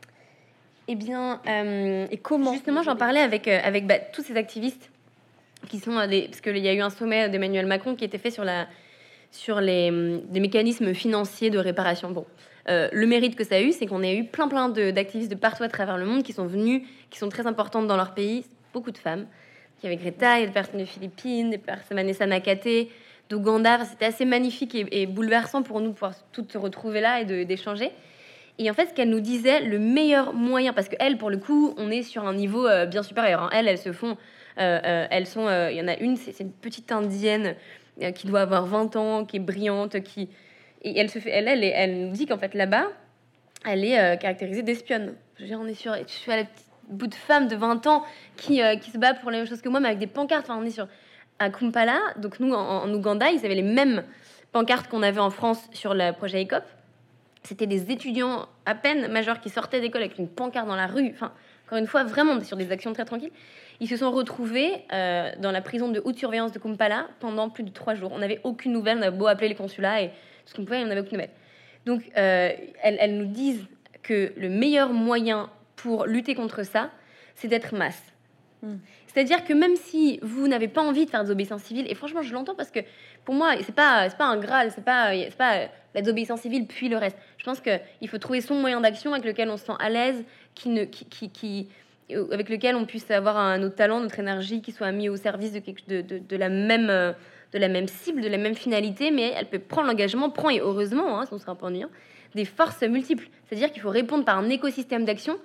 Eh bien, euh, et comment justement, j'en parlais avec, euh, avec bah, tous ces activistes qui sont euh, des... Parce qu'il y a eu un sommet d'Emmanuel Macron qui était fait sur, la, sur les, les mécanismes financiers de réparation. Bon, euh, le mérite que ça a eu, c'est qu'on a eu plein, plein de, d'activistes de partout à travers le monde qui sont venus, qui sont très importantes dans leur pays, beaucoup de femmes. Il y avait Greta, il y a des personnes des Philippines, des personnes Vanessa Nakate, d'Ouganda. Enfin, c'était assez magnifique et, et bouleversant pour nous de pouvoir toutes se retrouver là et de, d'échanger. Et en fait, ce qu'elle nous disait, le meilleur moyen, parce qu'elle, pour le coup, on est sur un niveau euh, bien supérieur. Hein. Elles, elles se font... Euh, euh, elles sont... Euh, il y en a une, c'est, c'est une petite indienne euh, qui doit avoir vingt ans, qui est brillante, qui... Et elle, se fait, elle, elle, elle nous dit qu'en fait, là-bas, elle est euh, caractérisée d'espionne. Je veux dire, on est sur... Je suis à la petite bout de femme de vingt ans qui, euh, qui se bat pour les mêmes choses que moi, mais avec des pancartes. Enfin, on est sur à Kampala. Donc nous, en, en Ouganda, ils avaient les mêmes pancartes qu'on avait en France sur le projet E C O P. C'était des étudiants à peine majeurs qui sortaient d'école avec une pancarte dans la rue. Enfin, encore une fois, vraiment sur des actions très tranquilles. Ils se sont retrouvés euh, dans la prison de haute surveillance de Kampala pendant plus de trois jours. On n'avait aucune nouvelle. On avait beau appeler les consulats et tout ce qu'on pouvait, on n'avait aucune nouvelle. Donc, euh, elles, elles nous disent que le meilleur moyen pour lutter contre ça, c'est d'être masse. Mm. C'est-à-dire que même si vous n'avez pas envie de faire des obéissances civiles, et franchement, je l'entends parce que pour moi, c'est pas, c'est pas un Graal, c'est pas, c'est pas la désobéissance civile puis le reste. Je pense qu'il faut trouver son moyen d'action avec lequel on se sent à l'aise, qui ne, qui, qui, qui, avec lequel on puisse avoir un, notre talent, notre énergie qui soit mis au service de, quelque, de, de, de, la même, de la même cible, de la même finalité, mais elle peut prendre l'engagement, prend, et heureusement, hein, sinon ce sera un peu ennuyant, des forces multiples. C'est-à-dire qu'il faut répondre par un écosystème d'action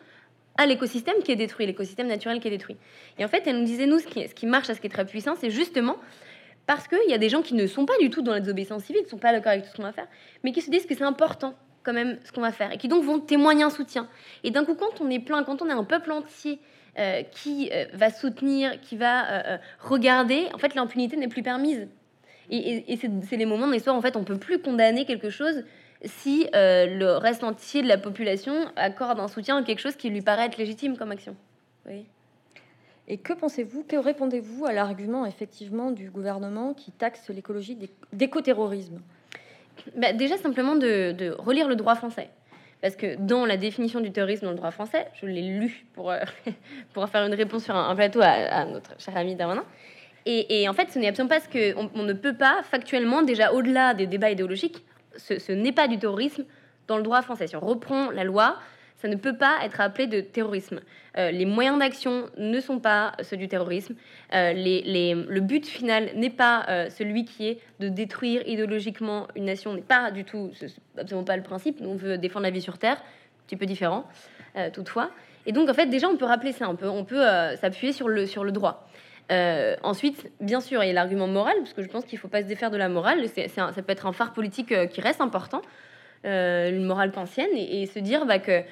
à l'écosystème qui est détruit, l'écosystème naturel qui est détruit. Et en fait, elle nous disait, nous, ce qui, ce qui marche, ce qui est très puissant, c'est justement parce qu'il y a des gens qui ne sont pas du tout dans la désobéissance civile, qui ne sont pas d'accord avec tout ce qu'on va faire, mais qui se disent que c'est important quand même ce qu'on va faire, et qui donc vont témoigner un soutien. Et d'un coup, quand on est plein, quand on est un peuple entier euh, qui euh, va soutenir, qui va euh, regarder, en fait, l'impunité n'est plus permise. Et, et, et c'est, c'est les moments dans l'histoire, en fait, on peut plus condamner quelque chose si euh, le reste entier de la population accorde un soutien à quelque chose qui lui paraît être légitime comme action. Oui. Et que pensez-vous, que répondez-vous à l'argument effectivement du gouvernement qui taxe l'écologie d'écoterrorisme? Bah, déjà, simplement de, de relire le droit français. Parce que dans la définition du terrorisme dans le droit français, je l'ai lu pour, euh, pour faire une réponse sur un, un plateau à, à notre cher ami Darmanin. Et, et en fait, ce n'est absolument pas ce que... On, on ne peut pas, factuellement, déjà au-delà des débats idéologiques, ce, ce n'est pas du terrorisme dans le droit français. Si on reprend la loi, ça ne peut pas être appelé de terrorisme. Euh, les moyens d'action ne sont pas ceux du terrorisme. Euh, les, les, le but final n'est pas euh, celui qui est de détruire idéologiquement une nation. N'est pas du tout, c'est absolument pas le principe. Nous, on veut défendre la vie sur Terre, un petit peu différent, euh, toutefois. Et donc, en fait, déjà, on peut rappeler ça un peu. On peut euh, s'appuyer sur le, sur le droit. Euh, ensuite, bien sûr, il y a l'argument moral, parce que je pense qu'il ne faut pas se défaire de la morale. C'est, c'est un, ça peut être un phare politique euh, qui reste important. Euh, une morale kantienne, et, et se dire bah, que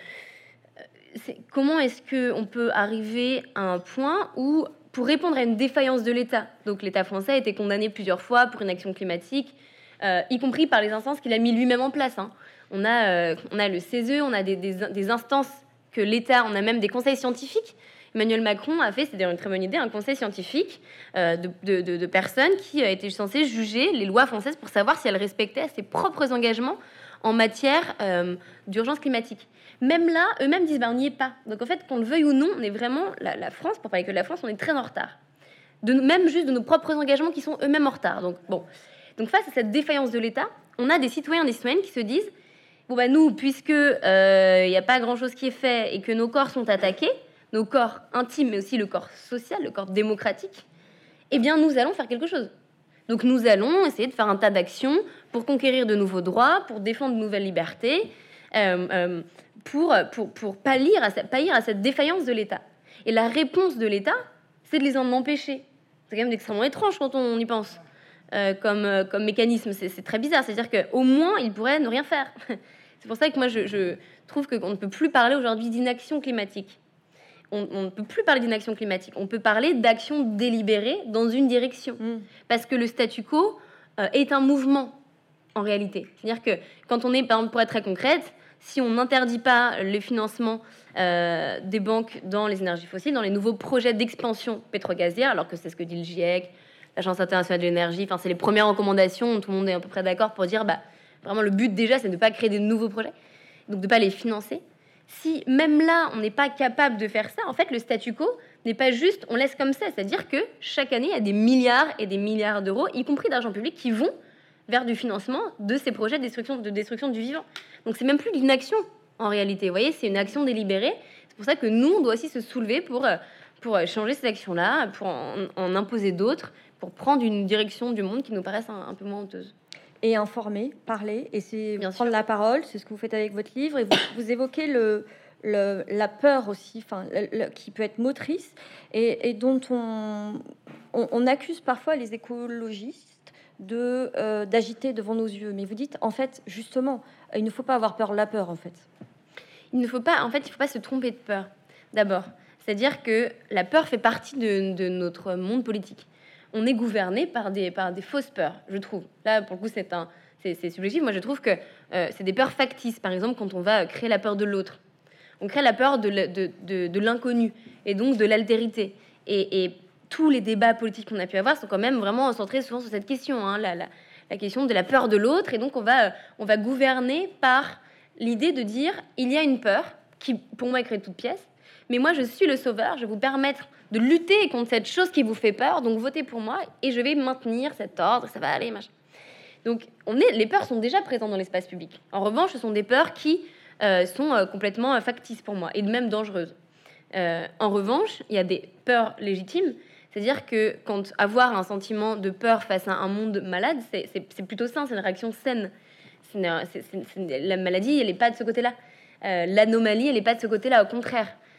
c'est, comment est-ce qu'on peut arriver à un point où, pour répondre à une défaillance de l'État, donc l'État français a été condamné plusieurs fois pour une action climatique, euh, y compris par les instances qu'il a mis lui-même en place. Hein. On, a, euh, on a le C E S E, on a des, des, des instances que l'État, on a même des conseils scientifiques. Emmanuel Macron a fait, c'est d'ailleurs une très bonne idée, un conseil scientifique euh, de, de, de, de personnes qui euh, étaient censées juger les lois françaises pour savoir si elles respectaient ses propres engagements en matière euh, d'urgence climatique. Même là, eux-mêmes disent bah, on n'y est pas. Donc en fait, qu'on le veuille ou non, on est vraiment, la, la France, pour parler que de la France, on est très en retard. De, même juste de nos propres engagements qui sont eux-mêmes en retard. Donc bon, donc face à cette défaillance de l'État, on a des citoyens et des citoyennes qui se disent bon bah nous, puisque il euh, n'y a pas grand-chose qui est fait et que nos corps sont attaqués, nos corps intimes, mais aussi le corps social, le corps démocratique, eh bien nous allons faire quelque chose. Donc nous allons essayer de faire un tas d'actions pour conquérir de nouveaux droits, pour défendre de nouvelles libertés, euh, euh, pour, pour, pour pallier, à, pallier à cette défaillance de l'État. Et la réponse de l'État, c'est de les en empêcher. C'est quand même extrêmement étrange quand on y pense, euh, comme, euh, comme mécanisme. C'est, c'est très bizarre. C'est-à-dire qu'au moins, ils pourraient ne rien faire. C'est pour ça que moi, je, je trouve qu'on ne peut plus parler aujourd'hui d'inaction climatique. On, on ne peut plus parler d'inaction climatique. On peut parler d'action délibérée dans une direction. Mmh. Parce que le statu quo euh, est un mouvement, en réalité. C'est-à-dire que quand on est, par exemple, pour être très concrète, si on n'interdit pas le financement euh, des banques dans les énergies fossiles, dans les nouveaux projets d'expansion pétro-gazière, alors que c'est ce que dit le GIEC, l'Agence internationale de l'énergie, enfin, c'est les premières recommandations, tout le monde est à peu près d'accord pour dire, bah, vraiment, le but déjà, c'est de ne pas créer de nouveaux projets, donc de ne pas les financer. Si même là, on n'est pas capable de faire ça, en fait, le statu quo n'est pas juste, on laisse comme ça. C'est-à-dire que chaque année, il y a des milliards et des milliards d'euros, y compris d'argent public, qui vont vers du financement de ces projets de destruction, de destruction du vivant. Donc, c'est même plus d'une action, en réalité. Vous voyez, c'est une action délibérée. C'est pour ça que nous, on doit aussi se soulever pour, pour changer ces actions-là, pour en, en imposer d'autres, pour prendre une direction du monde qui nous paraisse un, un peu moins honteuse. Et informer, parler, et c'est Bien prendre sûr. La parole, c'est ce que vous faites avec votre livre, et vous, vous évoquez le, le, la peur aussi, enfin, le, le, qui peut être motrice, et, et dont on, on, on accuse parfois les écologistes de, euh, d'agiter devant nos yeux. Mais vous dites, en fait, justement, il ne faut pas avoir peur de la peur, en fait. Il ne faut pas, en fait, il ne faut pas se tromper de peur, d'abord. C'est-à-dire que la peur fait partie de, de notre monde politique. On est gouverné par des, par des fausses peurs, je trouve. Là, pour le coup, c'est, un, c'est, c'est subjectif. Moi, je trouve que euh, c'est des peurs factices. Par exemple, quand on va créer la peur de l'autre. On crée la peur de, de, de, de l'inconnu et donc de l'altérité. Et, et tous les débats politiques qu'on a pu avoir sont quand même vraiment centrés souvent sur cette question, hein, la, la, la question de la peur de l'autre. Et donc, on va, on va gouverner par l'idée de dire, il y a une peur qui, pour moi, est créée de toutes pièces. Mais moi, je suis le sauveur, je vais vous permettre de lutter contre cette chose qui vous fait peur, donc votez pour moi, et je vais maintenir cet ordre, ça va aller, machin. Donc, on est, les peurs sont déjà présentes dans l'espace public. En revanche, ce sont des peurs qui euh, sont euh, complètement euh, factices pour moi, et même dangereuses. Euh, en revanche, il y a des peurs légitimes, c'est-à-dire que quand avoir un sentiment de peur face à un monde malade, c'est, c'est, c'est plutôt sain, c'est une réaction saine. C'est une, c'est, c'est, c'est, la maladie, elle n'est pas de ce côté-là. Euh, l'anomalie, elle n'est pas de ce côté-là, au contraire.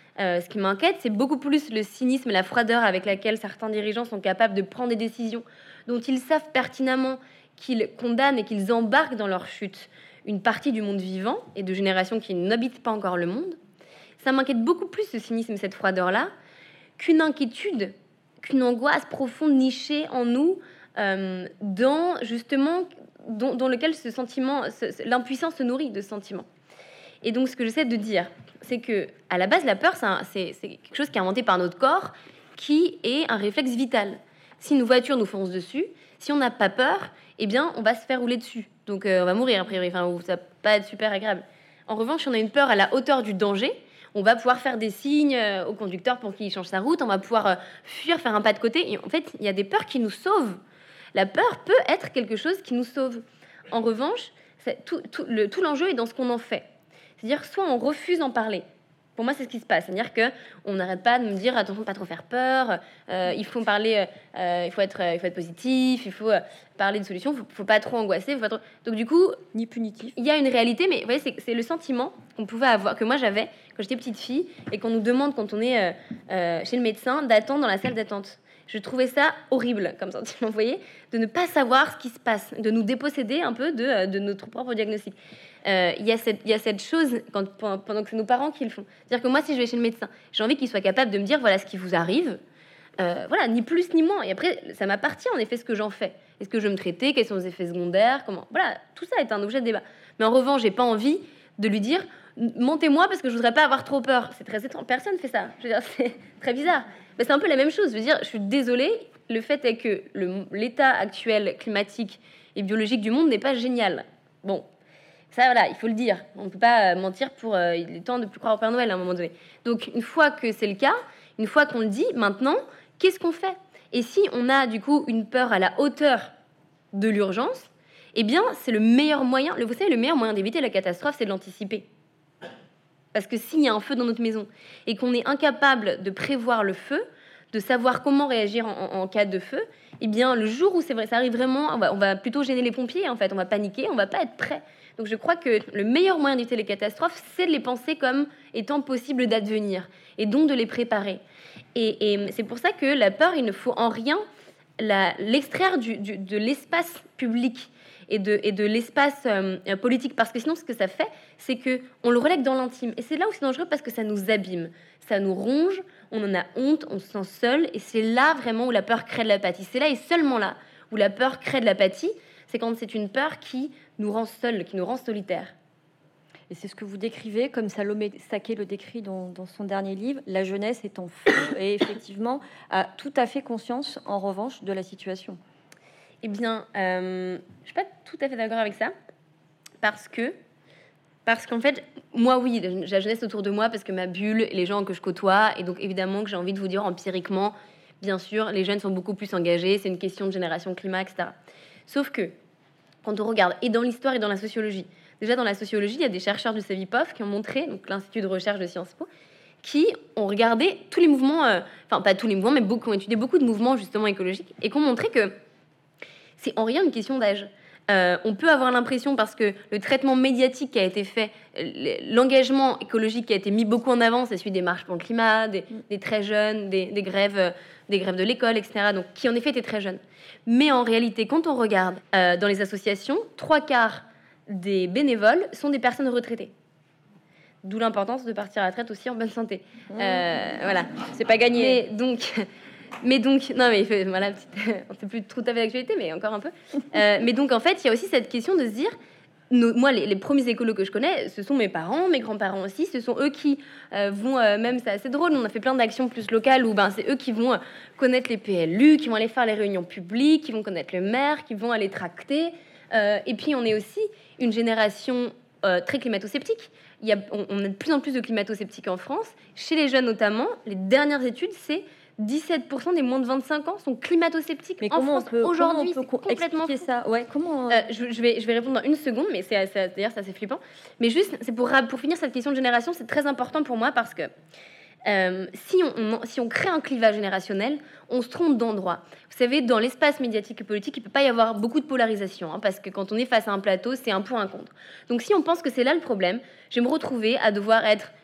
Euh, ce qui m'inquiète, c'est beaucoup plus le cynisme et la froideur avec laquelle certains dirigeants sont capables de prendre des décisions dont ils savent pertinemment qu'ils condamnent et qu'ils embarquent dans leur chute une partie du monde vivant et de générations qui n'habitent pas encore le monde. Ça m'inquiète beaucoup plus, ce cynisme et cette froideur-là, qu'une inquiétude, qu'une angoisse profonde nichée en nous, euh, dans justement dans, dans lequel ce sentiment, ce, l'impuissance se nourrit de ce sentiment. Et donc, ce que j'essaie de dire, c'est que à la base, la peur, c'est, un, c'est, c'est quelque chose qui est inventé par notre corps, qui est un réflexe vital. Si une voiture nous fonce dessus, si on n'a pas peur, eh bien, on va se faire rouler dessus. Donc, euh, on va mourir, a priori. Enfin, ça va pas être super agréable. En revanche, si on a une peur à la hauteur du danger, on va pouvoir faire des signes euh, au conducteur pour qu'il change sa route. On va pouvoir euh, fuir, faire un pas de côté. Et en fait, il y a des peurs qui nous sauvent. La peur peut être quelque chose qui nous sauve. En revanche, c'est tout, tout, le, tout l'enjeu est dans ce qu'on en fait. C'est-à-dire, soit on refuse d'en parler. Pour moi, c'est ce qui se passe. C'est-à-dire qu'on n'arrête pas de me dire, attention, pas trop faire peur, euh, il faut parler, euh, il, faut être, il faut être positif, il faut euh, parler de solutions, il ne faut, faut pas trop angoisser. Faut pas trop... Donc, du coup, ni punitif. Il y a une réalité, mais vous voyez, c'est, c'est le sentiment qu'on pouvait avoir, que moi j'avais quand j'étais petite fille, et qu'on nous demande quand on est euh, euh, chez le médecin d'attendre dans la salle d'attente. Je trouvais ça horrible comme sentiment, vous voyez, de ne pas savoir ce qui se passe, de nous déposséder un peu de, de notre propre diagnostic. Euh, il y a cette, il y a cette chose quand, pendant que c'est nos parents qui le font. C'est-à-dire que moi, si je vais chez le médecin, j'ai envie qu'il soit capable de me dire voilà ce qui vous arrive, euh, voilà, ni plus ni moins. Et après, ça m'appartient en effet ce que j'en fais. Est-ce que je veux me traiter? Quels sont les effets secondaires? Comment? Voilà, tout ça est un objet de débat. Mais en revanche, j'ai pas envie de lui dire montez-moi parce que je voudrais pas avoir trop peur. C'est très étrange. Personne fait ça. Je veux dire, c'est très bizarre. Mais c'est un peu la même chose. Je veux dire, je suis désolée. Le fait est que le, l'état actuel climatique et biologique du monde n'est pas génial. Bon. Ça, voilà, il faut le dire. On ne peut pas mentir pour... Euh, il est temps de plus croire au Père Noël à un moment donné. Donc, une fois que c'est le cas, une fois qu'on le dit, maintenant, qu'est-ce qu'on fait? Et si on a, du coup, une peur à la hauteur de l'urgence, eh bien, c'est le meilleur moyen... Vous savez, le meilleur moyen d'éviter la catastrophe, c'est de l'anticiper. Parce que s'il y a un feu dans notre maison et qu'on est incapable de prévoir le feu, de savoir comment réagir en, en, en cas de feu, eh bien, le jour où c'est vrai, ça arrive vraiment, on va, on va plutôt gêner les pompiers, en fait. On va paniquer, on va pas être prêt. Donc je crois que le meilleur moyen d'éviter les catastrophes, c'est de les penser comme étant possibles d'advenir, et donc de les préparer. Et, et c'est pour ça que la peur, il ne faut en rien la, l'extraire du, du, de l'espace public et de, et de l'espace euh, politique, parce que sinon ce que ça fait, c'est qu'on le relègue dans l'intime. Et c'est là où c'est dangereux, parce que ça nous abîme, ça nous ronge, on en a honte, on se sent seul, et c'est là vraiment où la peur crée de l'apathie. C'est là et seulement là où la peur crée de l'apathie, c'est quand c'est une peur qui nous rend seuls, qui nous rend solitaires. Et c'est ce que vous décrivez, comme Salomé Saké le décrit dans, dans son dernier livre, la jeunesse est en feu et effectivement a tout à fait conscience, en revanche, de la situation. Eh bien, euh, je suis pas tout à fait d'accord avec ça, parce que, parce qu'en fait, moi, oui, la jeunesse autour de moi, parce que ma bulle, et les gens que je côtoie, et donc évidemment que j'ai envie de vous dire empiriquement, bien sûr, les jeunes sont beaucoup plus engagés, c'est une question de génération climat, et cetera. Sauf que, quand on regarde, et dans l'histoire et dans la sociologie, déjà dans la sociologie, il y a des chercheurs du Cevipof qui ont montré, donc l'Institut de recherche de Sciences Po, qui ont regardé tous les mouvements, euh, enfin pas tous les mouvements, mais beaucoup, qui ont étudié beaucoup de mouvements justement écologiques, et qui ont montré que c'est en rien une question d'âge. Euh, on peut avoir l'impression, parce que le traitement médiatique qui a été fait, l'engagement écologique qui a été mis beaucoup en avant, c'est celui des marches pour le climat, des, des très jeunes, des, des grèves, des grèves de l'école, et cetera. Donc, qui en effet étaient très jeunes. Mais en réalité, quand on regarde euh, dans les associations, trois quarts des bénévoles sont des personnes retraitées. D'où l'importance de partir à la retraite aussi en bonne santé. Euh, voilà, c'est pas gagné. Mais donc, mais donc, non mais voilà, c'est plus tout à fait d'actualité, mais encore un peu. Euh, mais donc en fait, il y a aussi cette question de se dire, nos, moi, les, les premiers écolos que je connais, ce sont mes parents, mes grands-parents aussi. Ce sont eux qui euh, vont, euh, même c'est assez drôle, on a fait plein d'actions plus locales où ben, c'est eux qui vont euh, connaître les P L U, qui vont aller faire les réunions publiques, qui vont connaître le maire, qui vont aller tracter. Euh, et puis on est aussi une génération euh, très climato-sceptique. Il y a, on, on a de plus en plus de climato-sceptiques en France. Chez les jeunes notamment, les dernières études, c'est dix-sept pour cent des moins de vingt-cinq ans sont climato-sceptiques. Mais en France aujourd'hui, c'est complètement fou. Ça ouais, comment euh, je, je, vais, je vais répondre dans une seconde, mais c'est, c'est, d'ailleurs c'est assez flippant. Mais juste, c'est pour, pour finir cette question de génération, c'est très important pour moi parce que euh, si, on, on, si on crée un clivage générationnel, on se trompe d'endroit. Vous savez, dans l'espace médiatique et politique, il ne peut pas y avoir beaucoup de polarisation, hein, parce que quand on est face à un plateau, c'est un pour un contre. Donc si on pense que c'est là le problème, je vais me retrouver à devoir être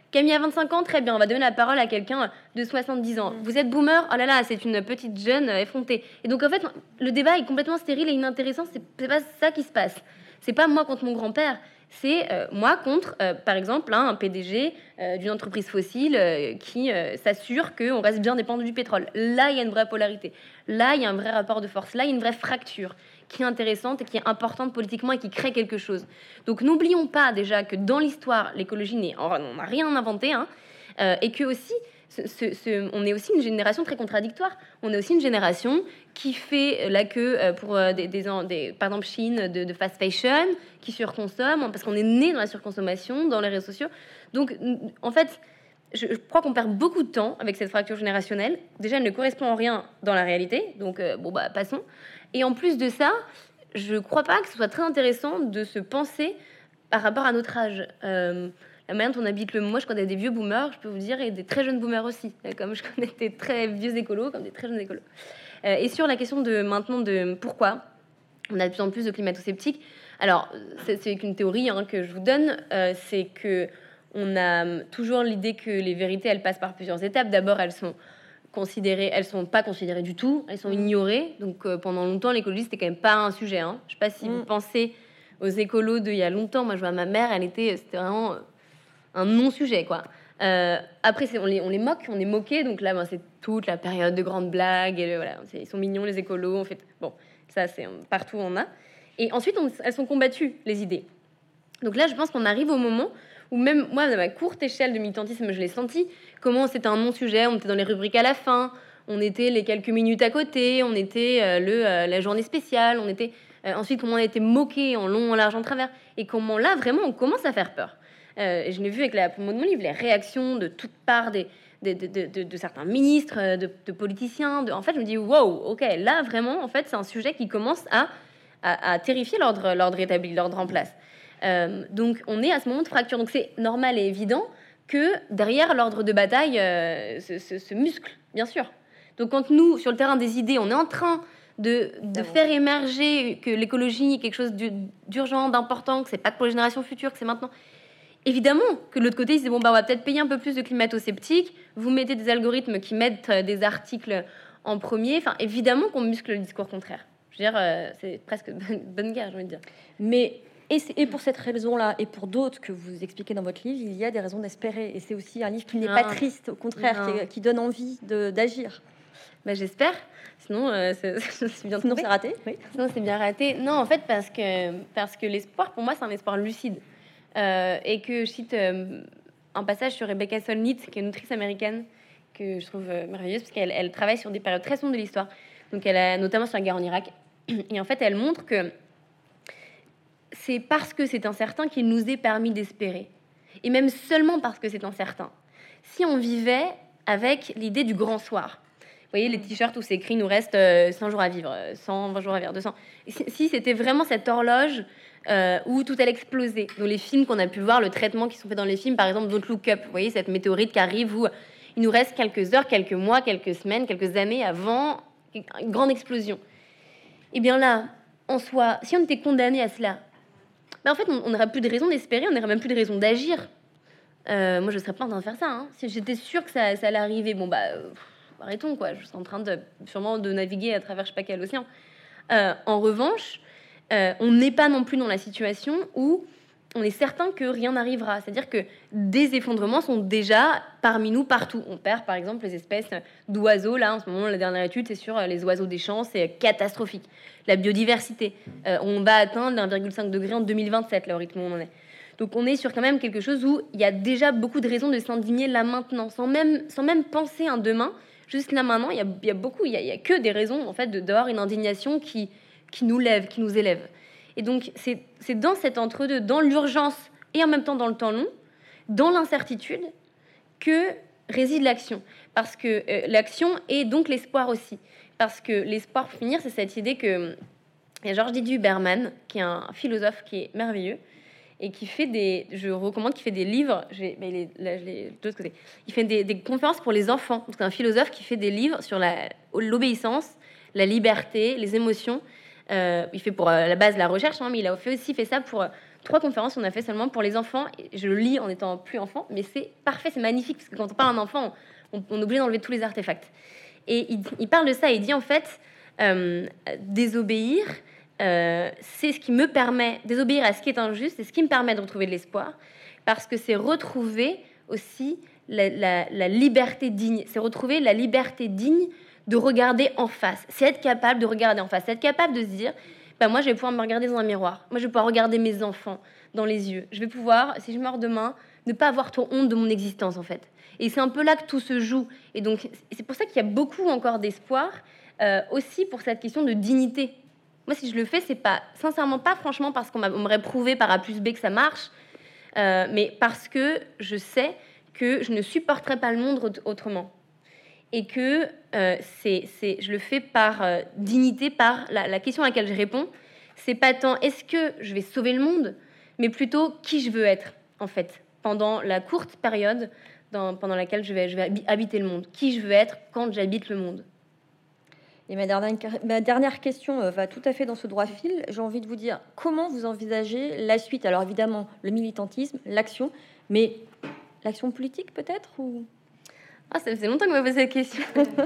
Camille a vingt-cinq ans, très bien, on va donner la parole à quelqu'un de soixante-dix ans. Mmh. Vous êtes boomer, oh là là, c'est une petite jeune effrontée. Et donc en fait, le débat est complètement stérile et inintéressant, c'est, c'est pas ça qui se passe. C'est pas moi contre mon grand-père, c'est euh, moi contre, euh, par exemple, hein, un P D G euh, d'une entreprise fossile euh, qui euh, s'assure qu'on reste bien dépendant du pétrole. Là, il y a une vraie polarité. Là, il y a un vrai rapport de force. Là, il y a une vraie fracture qui est intéressante et qui est importante politiquement et qui crée quelque chose. Donc, n'oublions pas déjà que dans l'histoire, l'écologie, n'est, on n'a rien inventé, hein, euh, et que aussi, ce, ce, ce, on est aussi une génération très contradictoire. On est aussi une génération qui fait la queue pour des, des, des par exemple, Chine de, de fast fashion, qui surconsomme, parce qu'on est né dans la surconsommation, dans les réseaux sociaux. Donc, en fait, je, je crois qu'on perd beaucoup de temps avec cette fracture générationnelle. Déjà, elle ne correspond en rien dans la réalité. Donc, euh, bon, bah, passons. Et en plus de ça, je ne crois pas que ce soit très intéressant de se penser par rapport à notre âge. Euh, la manière dont on habite le... Moi, je connais des vieux boomers, je peux vous dire, et des très jeunes boomers aussi. Comme je connais des très vieux écolos, comme des très jeunes écolos. Euh, et sur la question de maintenant de pourquoi on a de plus en plus de climato-sceptiques, alors, c'est, c'est une théorie hein, que je vous donne, euh, c'est que on a toujours l'idée que les vérités, elles passent par plusieurs étapes. D'abord, elles sont considérées, elles sont pas considérées du tout, elles sont ignorées. Donc, euh, pendant longtemps, l'écologie, c'était quand même pas un sujet. Hein. Je sais pas si mmh. vous pensez aux écolos d'il y a longtemps. Moi, je vois ma mère, elle était, c'était vraiment un non-sujet, quoi. Euh, après, c'est, on, les, on les moque, on est moqué. Donc là, ben, c'est toute la période de grandes blagues. Et le, voilà, c'est, ils sont mignons, les écolos. En fait, bon, ça, c'est partout, on a. Et ensuite, on, elles sont combattues, les idées. Donc là, je pense qu'on arrive au moment où même moi, à ma courte échelle de militantisme, je l'ai senti, comment c'était un non-sujet, on était dans les rubriques à la fin, on était les quelques minutes à côté, on était euh, le, euh, la journée spéciale, on était euh, ensuite comment on a été moqué en long, en large, en travers, et comment là, vraiment, on commence à faire peur. Euh, et je l'ai vu avec la promo de mon livre, les réactions de toutes parts des, de, de, de, de, de certains ministres, de, de politiciens. De... En fait, je me dis, wow, ok, là, vraiment, en fait, c'est un sujet qui commence à À, à terrifier l'ordre, l'ordre établi, l'ordre en place. Euh, donc, on est à ce moment de fracture. Donc, c'est normal et évident que derrière l'ordre de bataille euh, se, se, se muscle, bien sûr. Donc, quand nous, sur le terrain des idées, on est en train de, de faire émerger que l'écologie est quelque chose d'urgent, d'important, que c'est pas que pour les générations futures, que c'est maintenant. Évidemment que de l'autre côté, ils disent bon, bah, on va peut-être payer un peu plus de climato-sceptiques. Vous mettez des algorithmes qui mettent des articles en premier. Enfin, évidemment qu'on muscle le discours contraire. Je veux dire, euh, c'est presque bonne, bonne guerre, j'ai envie de dire. Mais, et, et pour cette raison-là, et pour d'autres que vous expliquez dans votre livre, il y a des raisons d'espérer. Et c'est aussi un livre qui n'est non. pas triste, au contraire, qui, qui donne envie de, d'agir. Ben, j'espère. Sinon, euh, c'est, c'est bien Sinon c'est raté. Oui. Sinon, c'est bien raté. Non, en fait, parce que, parce que l'espoir, pour moi, c'est un espoir lucide. Euh, et que je cite euh, un passage sur Rebecca Solnit, qui est une autrice américaine, que je trouve euh, merveilleuse, parce qu'elle elle travaille sur des périodes très sombres de l'histoire. Donc, elle a notamment sur la guerre en Irak. Et en fait, elle montre que c'est parce que c'est incertain qu'il nous est permis d'espérer. Et même seulement parce que c'est incertain. Si on vivait avec l'idée du grand soir, vous voyez les t-shirts où c'est écrit « nous reste cent jours à vivre, cent vingt jours à vivre, deux cents ». Si c'était vraiment cette horloge euh, où tout allait exploser, dans les films qu'on a pu voir, le traitement qui sont faits dans les films, par exemple « Don't Look Up », vous voyez cette météorite qui arrive où il nous reste quelques heures, quelques mois, quelques semaines, quelques années avant une grande explosion. Et bien là, en soi, si on était condamné à cela, ben en fait, on n'aurait plus de raison d'espérer, on n'aurait même plus de raison d'agir. Euh, moi, je ne serais pas en train de faire ça. Hein. Si j'étais sûre que ça, ça allait arriver, bon, bah, euh, arrêtons, quoi. Je suis en train de, sûrement de naviguer à travers je sais pas quel océan. Euh, en revanche, euh, on n'est pas non plus dans la situation où on est certain que rien n'arrivera. C'est-à-dire que des effondrements sont déjà parmi nous partout. On perd, par exemple, les espèces d'oiseaux. Là, en ce moment, la dernière étude, c'est sur les oiseaux des champs. C'est catastrophique. La biodiversité. Euh, on va atteindre un virgule cinq degré en deux mille vingt-sept, là, au rythme où on en est. Donc, on est sur quand même quelque chose où il y a déjà beaucoup de raisons de s'indigner là maintenant, sans même, sans même penser un demain. Juste là maintenant, il y a, il y a beaucoup, il y a, il y a que des raisons, en fait, de, d'avoir une indignation qui, qui nous lève, qui nous élève. Et donc, c'est, c'est dans cet entre-deux, dans l'urgence et en même temps dans le temps long, dans l'incertitude, que réside l'action. Parce que euh, l'action est donc l'espoir aussi. Parce que l'espoir, pour finir, c'est cette idée que... Il y a Georges Didier Huberman, qui est un philosophe qui est merveilleux, et qui fait des... Je recommande qu'il fait des livres... J'ai, mais il est, là, je l'ai de l'autre côté. Il fait des, des conférences pour les enfants. Donc, c'est un philosophe qui fait des livres sur la, l'obéissance, la liberté, les émotions... Euh, il fait pour euh, la base la recherche, hein, mais il a fait aussi fait ça pour euh, trois conférences, on a fait seulement pour les enfants. Et je le lis en étant plus enfant, mais c'est parfait, c'est magnifique, parce que quand on parle d'un enfant, on, on est obligé d'enlever tous les artefacts. Et il, il parle de ça, et il dit en fait, euh, désobéir, euh, c'est ce qui me permet, désobéir à ce qui est injuste, c'est ce qui me permet de retrouver de l'espoir, parce que c'est retrouver aussi la, la, la liberté digne, c'est retrouver la liberté digne de regarder en face, c'est être capable de regarder en face, c'est être capable de se dire, bah moi je vais pouvoir me regarder dans un miroir, moi je vais pouvoir regarder mes enfants dans les yeux, je vais pouvoir, si je meurs demain, ne pas avoir trop honte de mon existence en fait. Et c'est un peu là que tout se joue. Et donc c'est pour ça qu'il y a beaucoup encore d'espoir, euh, aussi pour cette question de dignité. Moi si je le fais, c'est pas, sincèrement pas franchement parce qu'on m'aurait prouvé par A plus B que ça marche, euh, mais parce que je sais que je ne supporterai pas le monde autrement. Et que euh, c'est, c'est, je le fais par euh, dignité, par la, la question à laquelle je réponds. C'est pas tant est-ce que je vais sauver le monde, mais plutôt qui je veux être, en fait, pendant la courte période dans, pendant laquelle je vais, je vais habiter le monde. Qui je veux être quand j'habite le monde. Et ma dernière, ma dernière question va tout à fait dans ce droit fil. J'ai envie de vous dire, comment vous envisagez la suite? Alors évidemment, le militantisme, l'action, mais l'action politique peut-être ou... Ah, ça faisait longtemps que vous m'avez posé la question.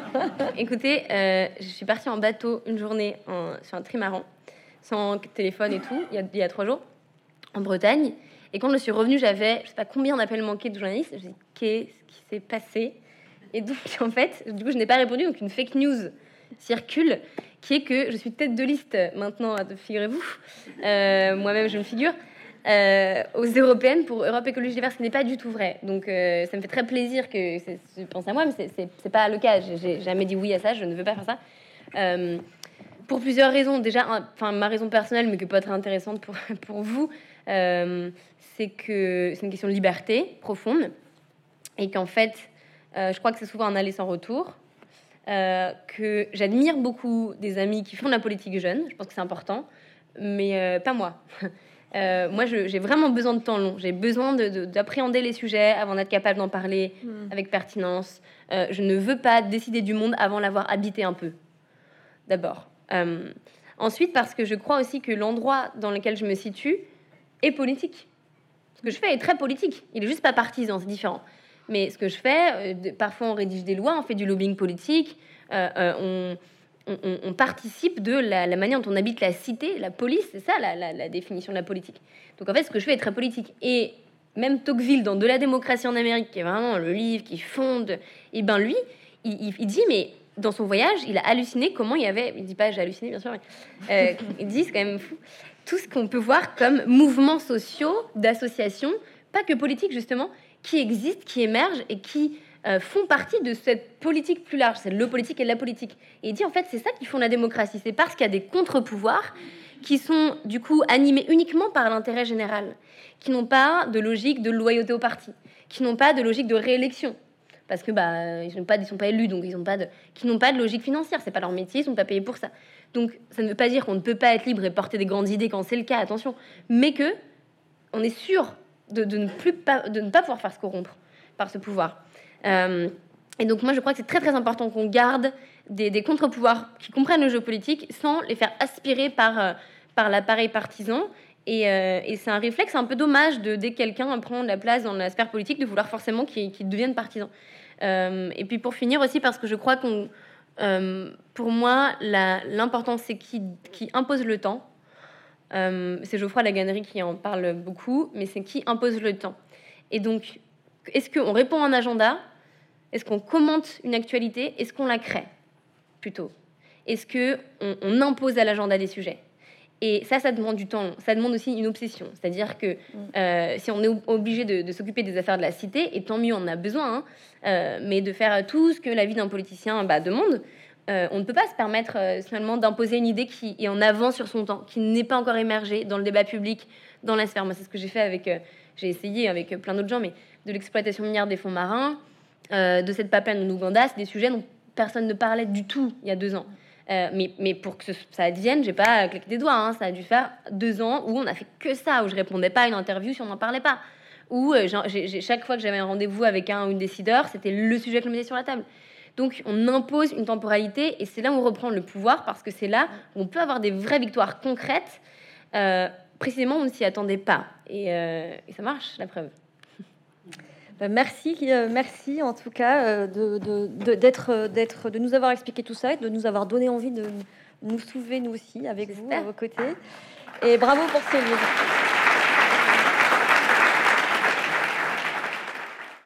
Écoutez, euh, je suis partie en bateau une journée en, sur un trimaran, sans téléphone et tout, il y a, il y a trois jours, en Bretagne. Et quand je suis revenue, j'avais, je sais pas combien d'appels manqués de journalistes. Je me suis dit, qu'est-ce qui s'est passé? Et donc, en fait, du coup, je n'ai pas répondu. Donc, une fake news circule, qui est que je suis tête de liste maintenant, figurez-vous. Euh, moi-même, je me figure. Euh, aux européennes pour Europe Écologie Les Verts, ce qui n'est pas du tout vrai. Donc euh, ça me fait très plaisir que je pense à moi, mais c'est, c'est, c'est pas le cas. J'ai jamais dit oui à ça, je ne veux pas faire ça. Euh, pour plusieurs raisons. Déjà, enfin ma raison personnelle, mais qui peut être intéressante pour, pour vous, euh, c'est que c'est une question de liberté profonde et qu'en fait, euh, je crois que c'est souvent un aller sans retour. Euh, que j'admire beaucoup des amis qui font de la politique jeune, je pense que c'est important, mais euh, pas moi. Euh, moi, je, j'ai vraiment besoin de temps long. J'ai besoin de, de, d'appréhender les sujets avant d'être capable d'en parler mmh. avec pertinence. Euh, je ne veux pas décider du monde avant l'avoir habité un peu, d'abord. Euh, ensuite, parce que je crois aussi que l'endroit dans lequel je me situe est politique. Ce que je fais est très politique. Il est juste pas partisan, c'est différent. Mais ce que je fais, euh, parfois on rédige des lois, on fait du lobbying politique, euh, euh, on... On, on participe de la, la manière dont on habite la cité, la police, c'est ça la, la, la définition de la politique. Donc en fait, ce que je fais est très politique. Et même Tocqueville, dans De la démocratie en Amérique, qui est vraiment le livre qui fonde, et ben lui, il, il, il dit, mais dans son voyage, il a halluciné comment il y avait, il dit pas j'ai halluciné bien sûr, mais euh, il dit, c'est quand même fou, tout ce qu'on peut voir comme mouvements sociaux, d'associations, pas que politiques justement, qui existent, qui émergent et qui... Euh, font partie de cette politique plus large, c'est le politique et la politique. Et il dit en fait c'est ça qui font la démocratie, c'est parce qu'il y a des contre-pouvoirs qui sont du coup animés uniquement par l'intérêt général, qui n'ont pas de logique de loyauté au parti, qui n'ont pas de logique de réélection, parce que bah ils n'ont pas, ils sont pas élus, donc ils n'ont pas de, qui n'ont pas de logique financière, c'est pas leur métier, ils sont pas payés pour ça. Donc ça ne veut pas dire qu'on ne peut pas être libre et porter des grandes idées quand c'est le cas, attention, mais que on est sûr de, de ne plus pas, de ne pas pouvoir faire se corrompre par ce pouvoir. Euh, et donc moi je crois que c'est très très important qu'on garde des, des contre-pouvoirs qui comprennent le jeu politique sans les faire aspirer par, euh, par l'appareil partisan et, euh, et c'est un réflexe un peu dommage de dès que quelqu'un prend de la place dans la sphère politique de vouloir forcément qu'il, qu'il devienne partisan. Euh, et puis pour finir aussi parce que je crois qu'on euh, pour moi la, l'important c'est qui, qui impose le temps. Euh, c'est Geoffroy Laganerie qui en parle beaucoup, mais c'est qui impose le temps. Et donc est-ce qu'on répond à un agenda? Est-ce qu'on commente une actualité? Est-ce qu'on la crée, plutôt? Est-ce qu'on on impose à l'agenda des sujets? Et ça, ça demande du temps long. Ça demande aussi une obsession. C'est-à-dire que euh, si on est obligé de, de s'occuper des affaires de la cité, et tant mieux, on en a besoin, hein, euh, mais de faire tout ce que la vie d'un politicien bah, demande, euh, on ne peut pas se permettre euh, finalement d'imposer une idée qui est en avance sur son temps, qui n'est pas encore émergée dans le débat public, dans la sphère. Moi, c'est ce que j'ai fait avec... Euh, j'ai essayé avec plein d'autres gens, mais de l'exploitation minière des fonds marins, euh, de cette papane en Ouganda, c'est des sujets dont personne ne parlait du tout il y a deux ans. Euh, mais, mais pour que ça advienne, j'ai pas claqué des doigts. Hein, ça a dû faire deux ans où on a fait que ça, où je répondais pas à une interview si on n'en parlait pas. Où euh, j'ai, j'ai, chaque fois que j'avais un rendez-vous avec un ou une décideur, c'était le sujet que je mettais sur la table. Donc on impose une temporalité et c'est là où on reprend le pouvoir parce que c'est là où on peut avoir des vraies victoires concrètes. Euh, précisément, on ne s'y attendait pas. Et, euh, et ça marche, la preuve. Merci, euh, merci en tout cas euh, de, de, de, d'être, d'être, de nous avoir expliqué tout ça et de nous avoir donné envie de nous soulever nous aussi avec vous à vos côtés. Et bravo pour ce livre.